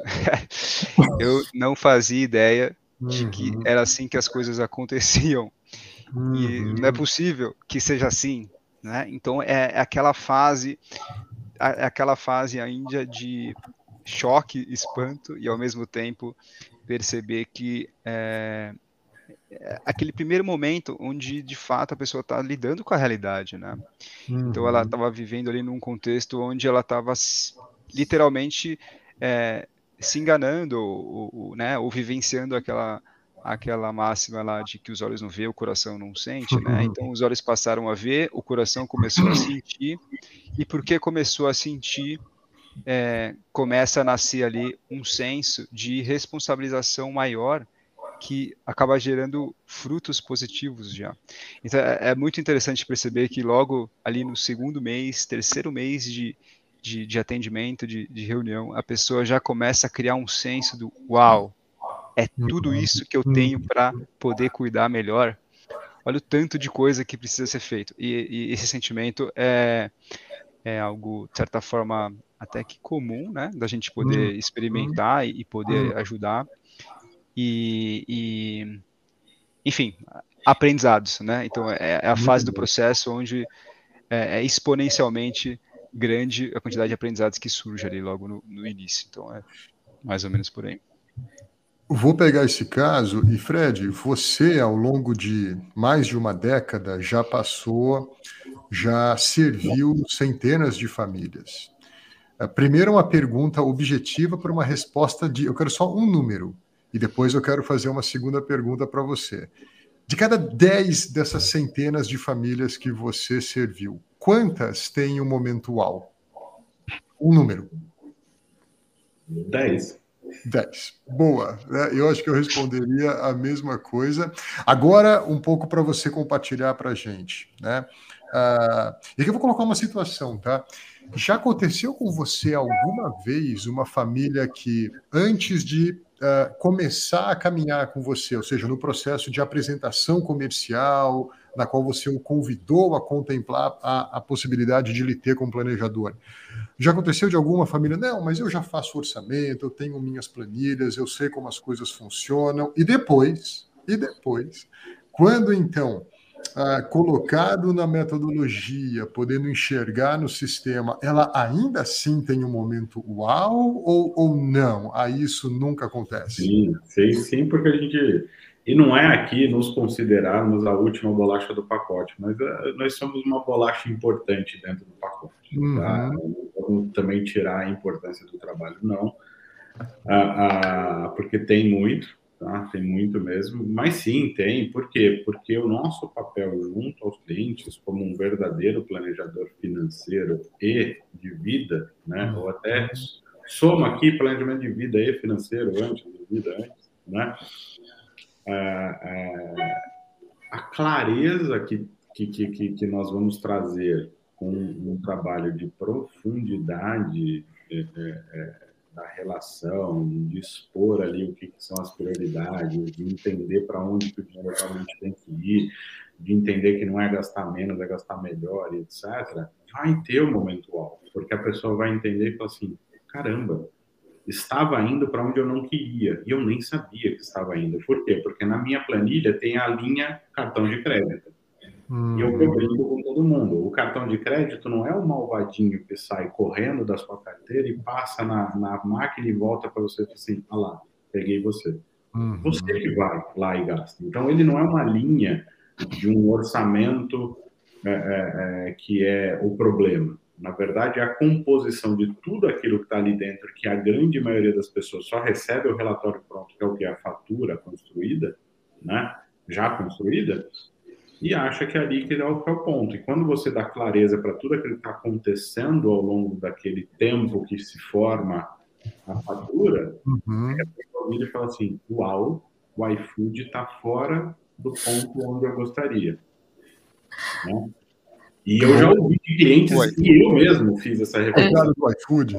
Eu não fazia ideia de que era assim que as coisas aconteciam. Uhum. E não é possível que seja assim, né? Então é aquela fase, é aquela fase ainda de choque, espanto e ao mesmo tempo perceber que é, é aquele primeiro momento onde de fato a pessoa está lidando com a realidade, né? Uhum. Então ela estava vivendo ali num contexto onde ela estava literalmente é, se enganando ou, ou, né, ou vivenciando aquela, aquela máxima lá de que os olhos não vê, o coração não sente, né? Então os olhos passaram a ver, o coração começou a sentir, e porque começou a sentir, é, começa a nascer ali um senso de responsabilização maior que acaba gerando frutos positivos já. Então é, é muito interessante perceber que logo ali no segundo mês, terceiro mês de De, de atendimento, de, de reunião, a pessoa já começa a criar um senso do uau, é tudo isso que eu tenho para poder cuidar melhor. Olha o tanto de coisa que precisa ser feito. E, e esse sentimento é, é algo, de certa forma, até que comum, né? Da gente poder experimentar e, e poder ajudar. E, e, enfim, aprendizados, né? Então, é, é a fase do processo onde é, é exponencialmente grande a quantidade de aprendizados que surge ali logo no, no início. Então, é mais ou menos por aí. Vou pegar esse caso e, Fred, você, ao longo de mais de uma década, já passou, já serviu centenas de famílias. Primeiro, uma pergunta objetiva para uma resposta de... Eu quero só um número, e depois eu quero fazer uma segunda pergunta para você. De cada dez dessas centenas de famílias que você serviu, quantas têm um momento uau? Um número. Dez. dez. Boa. Eu acho que eu responderia a mesma coisa. Agora, um pouco para você compartilhar para a gente, né? Uh, e aqui eu vou colocar uma situação, tá? Já aconteceu com você alguma vez uma família que, antes de uh, começar a caminhar com você, ou seja, no processo de apresentação comercial, na qual você o convidou a contemplar a, a possibilidade de lhe ter como planejador, já aconteceu de alguma família? Não, mas eu já faço orçamento, eu tenho minhas planilhas, eu sei como as coisas funcionam. E depois, e depois, quando então, ah, colocado na metodologia, podendo enxergar no sistema, ela ainda assim tem um momento uau ou, ou não? Aí isso nunca acontece? Sim, sim, sim, porque a gente... E não é aqui nos considerarmos a última bolacha do pacote, mas uh, nós somos uma bolacha importante dentro do pacote. Uhum. Tá? Não vamos também tirar a importância do trabalho, não. Uh, uh, porque tem muito, tá? Tem muito mesmo. Mas sim, tem. Por quê? Porque o nosso papel junto aos clientes, como um verdadeiro planejador financeiro e de vida, né? Uhum. Ou até soma aqui planejamento de vida e financeiro antes, de vida antes, né? A clareza que, que, que, que nós vamos trazer com um trabalho de profundidade é, é, da relação, de expor ali o que, que são as prioridades, de entender para onde que o dinheiro realmente tem que ir, de entender que não é gastar menos, é gastar melhor, etcétera, vai ter o momento alto, porque a pessoa vai entender e falar assim, caramba, estava indo para onde eu não queria, e eu nem sabia que estava indo. Por quê? Porque na minha planilha tem a linha cartão de crédito. Hum. E eu brinco com todo mundo. O cartão de crédito não é o malvadinho que sai correndo da sua carteira e passa na, na máquina e volta para você assim, ah lá, peguei você. Uhum. Você que vai lá e gasta. Então, ele não é uma linha de um orçamento é, é, que é o problema. Na verdade, é a composição de tudo aquilo que está ali dentro, que a grande maioria das pessoas só recebe o relatório pronto, que é o que é a fatura construída, né? Já construída, e acha que é ali que é o ponto. E quando você dá clareza para tudo aquilo que está acontecendo ao longo daquele tempo que se forma a fatura, uhum. a pessoa fala assim, uau, o iFood está fora do ponto onde eu gostaria. Né? E eu já ouvi de clientes e eu mesmo fiz essa reflexão. do iFood.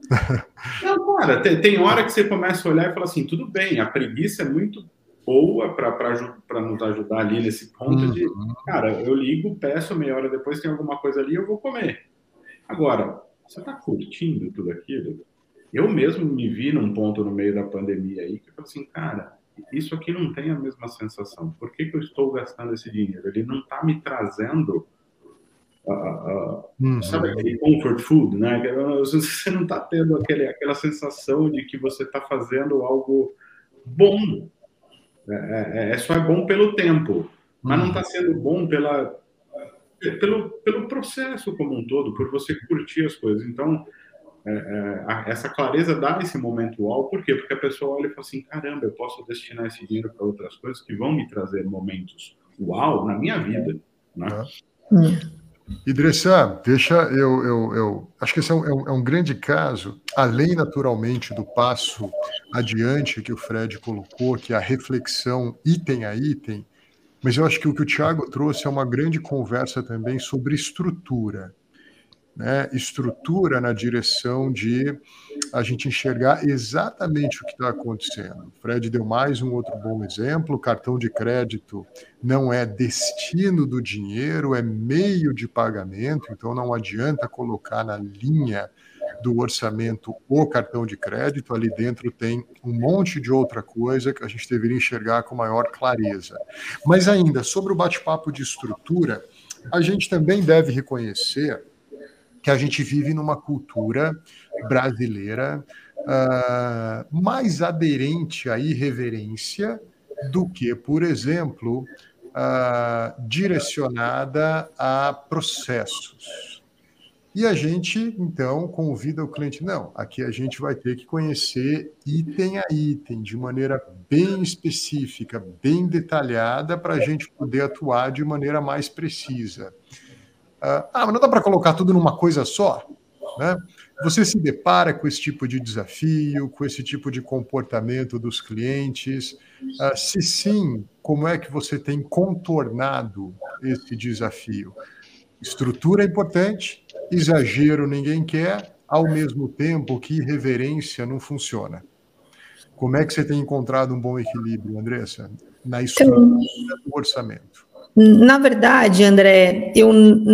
Não, cara, tem, tem hora que você começa a olhar e fala assim, tudo bem, a preguiça é muito boa para nos ajudar ali nesse ponto de, cara, eu ligo, peço, meia hora depois tem alguma coisa ali, eu vou comer. Agora, você está curtindo tudo aquilo? Eu mesmo me vi num ponto no meio da pandemia aí que eu falei assim, cara, isso aqui não tem a mesma sensação. Por que que eu estou gastando esse dinheiro? Ele não está me trazendo Uh, uh, uhum. sabe aquele comfort food, né? Você não está tendo aquele, aquela sensação de que você está fazendo algo bom. É, é, é só é bom pelo tempo, mas uhum. não está sendo bom pela, pelo, pelo processo como um todo, por você curtir as coisas. Então, é, é, essa clareza dá esse momento uau. Por quê? Porque a pessoa olha e fala assim, caramba, eu posso destinar esse dinheiro para outras coisas que vão me trazer momentos uau na minha vida, né? Uhum. Idressa, deixa eu, eu, eu... Acho que esse é um, é, um, é um grande caso, além naturalmente do passo adiante que o Fred colocou, que é a reflexão item a item, mas eu acho que o que o Thiago trouxe é uma grande conversa também sobre estrutura. né, estrutura na direção de a gente enxergar exatamente o que está acontecendo. O Fred deu mais um outro bom exemplo: cartão de crédito não é destino do dinheiro, é meio de pagamento, então não adianta colocar na linha do orçamento o cartão de crédito, ali dentro tem um monte de outra coisa que a gente deveria enxergar com maior clareza. Mas ainda, sobre o bate-papo de estrutura, a gente também deve reconhecer que a gente vive numa cultura brasileira uh, mais aderente à irreverência do que, por exemplo, uh, direcionada a processos. E a gente, então, convida o cliente, não, aqui a gente vai ter que conhecer item a item, de maneira bem específica, bem detalhada, para a gente poder atuar de maneira mais precisa. Ah, mas não dá para colocar tudo numa coisa só, né? Você se depara com esse tipo de desafio, com esse tipo de comportamento dos clientes? Ah, se sim, como é que você tem contornado esse desafio? Estrutura é importante, exagero ninguém quer, ao mesmo tempo que irreverência não funciona. Como é que você tem encontrado um bom equilíbrio, Andressa, na estrutura do orçamento? Na verdade, André, eu,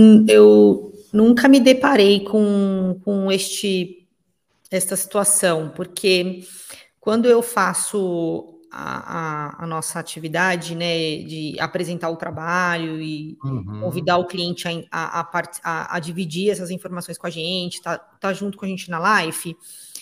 eu nunca me deparei com, com este, esta situação, porque quando eu faço a, a, a nossa atividade, né, de apresentar o trabalho e uhum. convidar o cliente a, a, a, a dividir essas informações com a gente, tá, tá junto com a gente na live,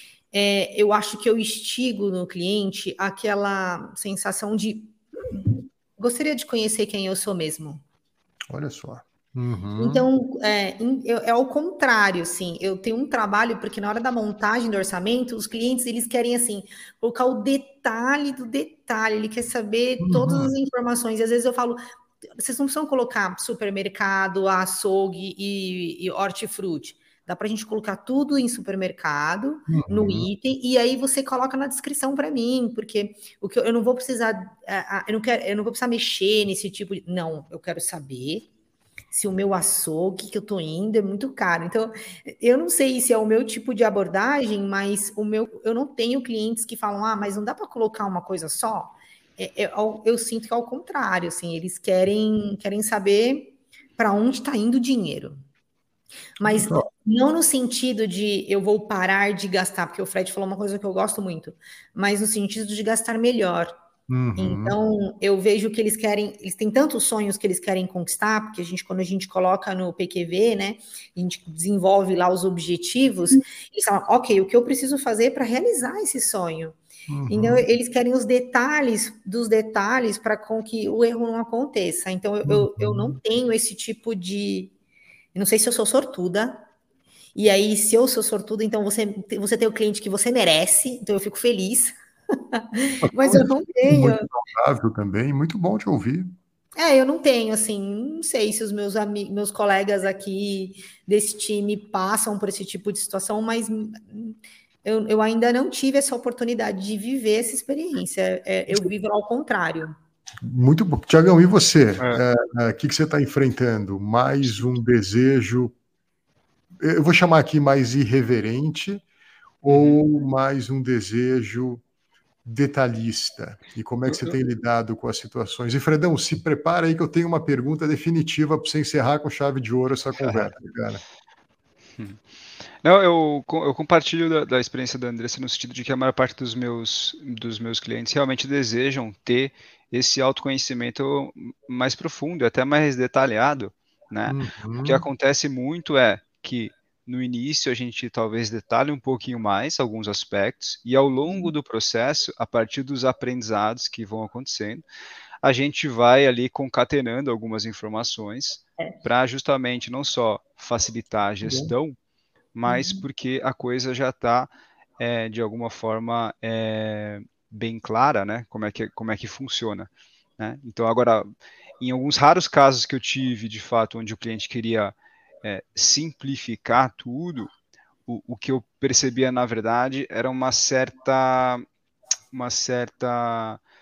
é, eu acho que eu instigo no cliente aquela sensação de gostaria de conhecer quem eu sou mesmo. Olha só. Uhum. Então, é, é ao contrário, assim, eu tenho um trabalho, porque na hora da montagem do orçamento, os clientes, eles querem, assim, colocar o detalhe do detalhe, ele quer saber uhum. todas as informações, e às vezes eu falo, vocês não precisam colocar supermercado, açougue e, e hortifruti, dá pra gente colocar tudo em supermercado, uhum. no item, e aí você coloca na descrição para mim, porque o que eu, eu não vou precisar, eu não quero, eu não vou precisar mexer nesse tipo de, não, eu quero saber se o meu açougue que eu tô indo é muito caro. Então, eu não sei se é o meu tipo de abordagem, mas o meu, eu não tenho clientes que falam, ah, mas não dá para colocar uma coisa só. É, é, eu, eu sinto que é ao contrário, assim, eles querem, querem saber para onde está indo o dinheiro. Mas então, não no sentido de eu vou parar de gastar, porque o Fred falou uma coisa que eu gosto muito, mas no sentido de gastar melhor. Uhum. Então, eu vejo que eles querem, eles têm tantos sonhos que eles querem conquistar, porque a gente, quando a gente coloca no P Q V, né, a gente desenvolve lá os objetivos, eles falam, ok, o que eu preciso fazer para realizar esse sonho? Uhum. Então, eles querem os detalhes dos detalhes para com que o erro não aconteça. Então, eu, uhum. eu, eu não tenho esse tipo de... Eu não sei se eu sou sortuda, e aí, se eu sou sortuda, então você, você tem o cliente que você merece, então eu fico feliz. Mas eu não tenho. Muito saudável também, muito bom te ouvir. É, eu não tenho, assim, não sei se os meus amigos, meus colegas aqui desse time passam por esse tipo de situação, mas eu, eu ainda não tive essa oportunidade de viver essa experiência. É, eu vivo ao contrário. Muito bom. Tiagão, e você? O é. é, é, que, que você está enfrentando? Mais um desejo, eu vou chamar aqui mais irreverente, ou uhum. mais um desejo detalhista? E como é que você tem lidado com as situações? E Fredão, se prepara aí que eu tenho uma pergunta definitiva para você encerrar com chave de ouro essa conversa, cara. Não, eu, eu compartilho da, da experiência da Andressa no sentido de que a maior parte dos meus, dos meus clientes realmente desejam ter esse autoconhecimento mais profundo, até mais detalhado, né? Uhum. O que acontece muito é que no início a gente talvez detalhe um pouquinho mais alguns aspectos e ao longo do processo, a partir dos aprendizados que vão acontecendo, a gente vai ali concatenando algumas informações para justamente não só facilitar a gestão, mas porque a coisa já está, é, de alguma forma, é, bem clara, né? Como é que, como é que funciona, né? Então, agora, em alguns raros casos que eu tive, de fato, onde o cliente queria é, simplificar tudo, o, o que eu percebia, na verdade, era uma certa, uma certa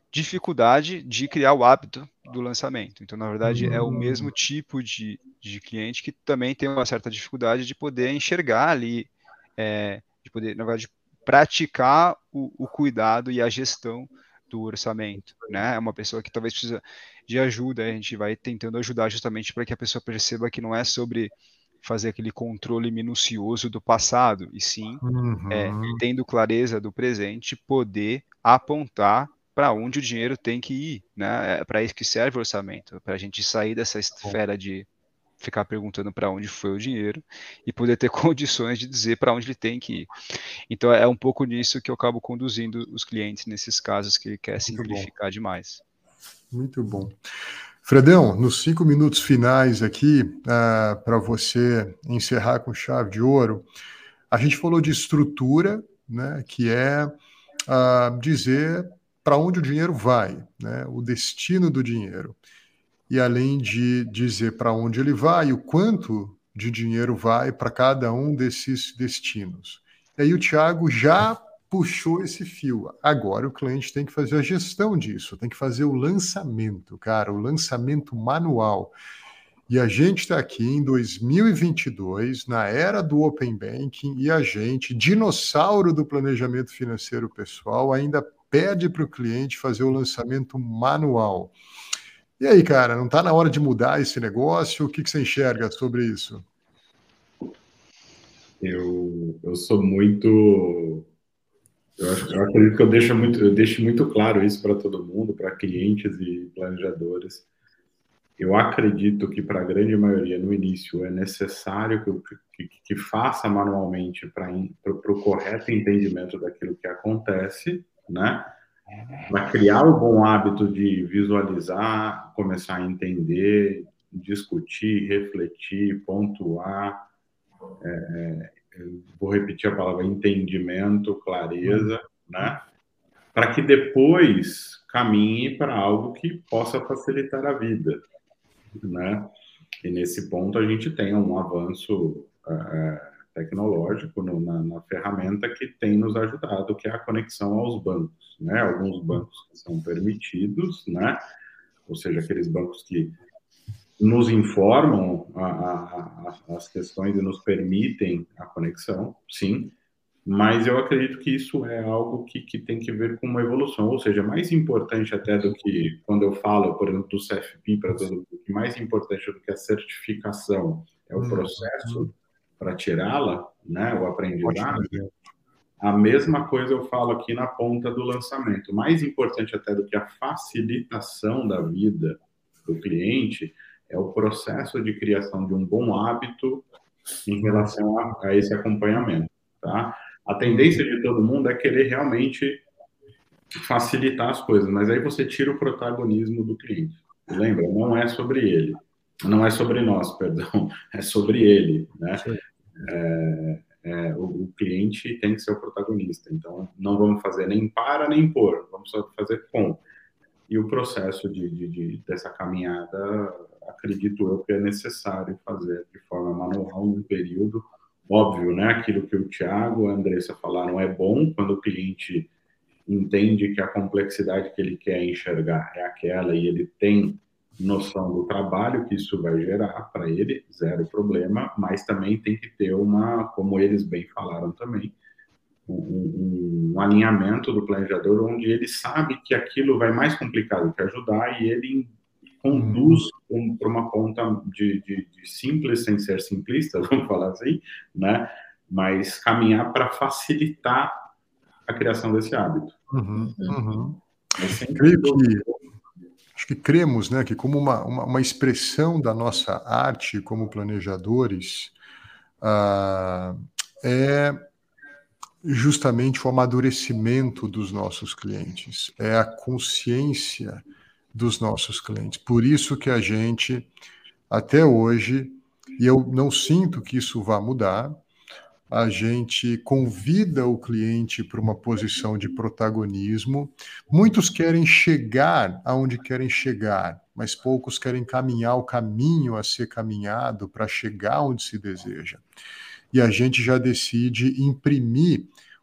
dificuldade de criar o hábito do lançamento. Então, na verdade, é o mesmo tipo de, de cliente que também tem uma certa dificuldade de poder enxergar ali, é, de poder, na verdade, praticar o, o cuidado e a gestão do orçamento, né? É uma pessoa que talvez precisa de ajuda, a gente vai tentando ajudar justamente para que a pessoa perceba que não é sobre fazer aquele controle minucioso do passado, e sim, uhum. é, tendo clareza do presente, poder apontar para onde o dinheiro tem que ir, né? É para isso que serve o orçamento, para a gente sair dessa esfera de ficar perguntando para onde foi o dinheiro e poder ter condições de dizer para onde ele tem que ir. Então é um pouco nisso que eu acabo conduzindo os clientes nesses casos que ele quer Muito simplificar bom. demais. Muito bom. Fredão, nos cinco minutos finais aqui, uh, para você encerrar com chave de ouro, a gente falou de estrutura, né, que é uh, dizer para onde o dinheiro vai, né, o destino do dinheiro. E além de dizer para onde ele vai, o quanto de dinheiro vai para cada um desses destinos. E aí o Thiago já puxou esse fio. Agora o cliente tem que fazer a gestão disso, tem que fazer o lançamento, cara, o lançamento manual. E a gente está aqui em dois mil e vinte e dois, na era do Open Banking, e a gente, dinossauro do planejamento financeiro pessoal, ainda pede para o cliente fazer o lançamento manual. E aí, cara, não está na hora de mudar esse negócio? O que, que você enxerga sobre isso? Eu, eu sou muito... Eu, acho, eu acredito que eu deixo muito, eu deixo muito claro isso para todo mundo, para clientes e planejadores. Eu acredito que para a grande maioria, no início, é necessário que, que, que faça manualmente para o correto entendimento daquilo que acontece, né? Para criar o bom hábito de visualizar, começar a entender, discutir, refletir, pontuar. É, vou repetir a palavra entendimento, clareza, né? Para que depois caminhe para algo que possa facilitar a vida, né? E nesse ponto a gente tem um avanço uh, tecnológico no, na, na ferramenta que tem nos ajudado, que é a conexão aos bancos, né? Alguns bancos que são permitidos, né? Ou seja, aqueles bancos que nos informam a, a, a, as questões e nos permitem a conexão, sim, mas eu acredito que isso é algo que, que tem que ver com uma evolução, ou seja, mais importante até do que, quando eu falo, por exemplo, do C F P para todo mundo, que mais importante do que a certificação é o processo para tirá-la, né, o aprendizado. A mesma coisa eu falo aqui na ponta do lançamento. Mais importante até do que a facilitação da vida do cliente é o processo de criação de um bom hábito em relação a, a esse acompanhamento, tá? A tendência de todo mundo é querer realmente facilitar as coisas, mas aí você tira o protagonismo do cliente. Lembra? Não é sobre ele. Não é sobre nós, perdão. É sobre ele, né? É, é, o, o cliente tem que ser o protagonista. Então, não vamos fazer nem para, nem por. Vamos só fazer com. E o processo de, de, de, dessa caminhada, acredito eu que é necessário fazer de forma manual num período. Óbvio, né? Aquilo que o Thiago e a Andressa falaram é bom quando o cliente entende que a complexidade que ele quer enxergar é aquela e ele tem noção do trabalho que isso vai gerar para ele, zero problema, mas também tem que ter uma, como eles bem falaram também, um, um, um alinhamento do planejador onde ele sabe que aquilo vai mais complicado que ajudar e ele conduz um, para uma ponta de, de, de simples, sem ser simplista, vamos falar assim, né? Mas caminhar para facilitar a criação desse hábito. Uhum, uhum. Creio que, acho que cremos, né, que como uma, uma, uma expressão da nossa arte como planejadores uh, é justamente o amadurecimento dos nossos clientes, é a consciência dos nossos clientes. Por isso que a gente, até hoje, e eu não sinto que isso vá mudar, a gente convida o cliente para uma posição de protagonismo. Muitos querem chegar aonde querem chegar, mas poucos querem caminhar o caminho a ser caminhado para chegar onde se deseja. E a gente já decide imprimir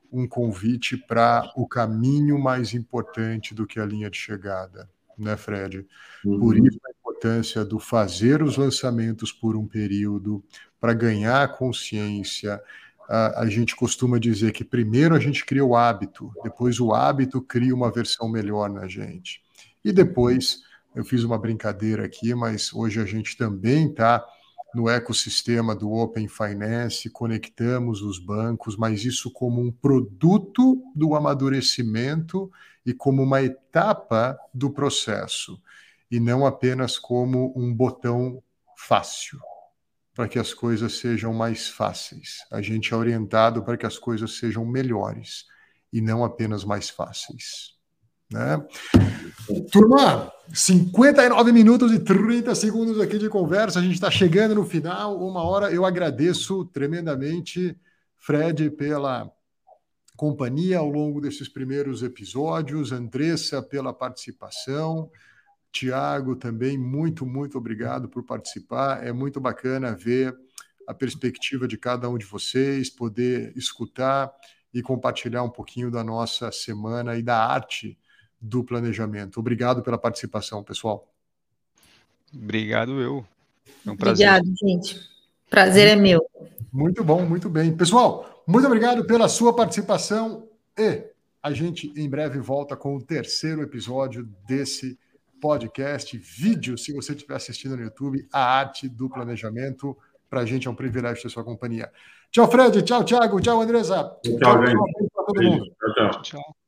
um convite para o caminho mais importante do que a linha de chegada, né, Fred? Uhum. Por isso a importância do fazer os lançamentos por um período, para ganhar consciência. A, a gente costuma dizer que primeiro a gente cria o hábito, depois o hábito cria uma versão melhor na gente. E depois, eu fiz uma brincadeira aqui, mas hoje a gente também está no ecossistema do Open Finance, conectamos os bancos, mas isso como um produto do amadurecimento e como uma etapa do processo, e não apenas como um botão fácil, para que as coisas sejam mais fáceis. A gente é orientado para que as coisas sejam melhores e não apenas mais fáceis, né? Turma, cinquenta e nove minutos e trinta segundos aqui de conversa, a gente está chegando no final, uma hora. Eu agradeço tremendamente, Fred, pela companhia ao longo desses primeiros episódios, Andressa pela participação, Tiago também, muito, muito obrigado por participar. É muito bacana ver a perspectiva de cada um de vocês, poder escutar e compartilhar um pouquinho da nossa semana e da arte do planejamento. Obrigado pela participação, pessoal. Obrigado, eu. É um prazer. Obrigado, gente. Prazer é meu. Muito bom, muito bem. Pessoal, muito obrigado pela sua participação e a gente em breve volta com o terceiro episódio desse podcast, vídeo, se você estiver assistindo no YouTube, a arte do planejamento. Para a gente é um privilégio ter sua companhia. Tchau, Fred. Tchau, Thiago. Tchau, Andressa. Tchau, tchau, gente. Tchau, todo mundo. Tchau, tchau. Tchau.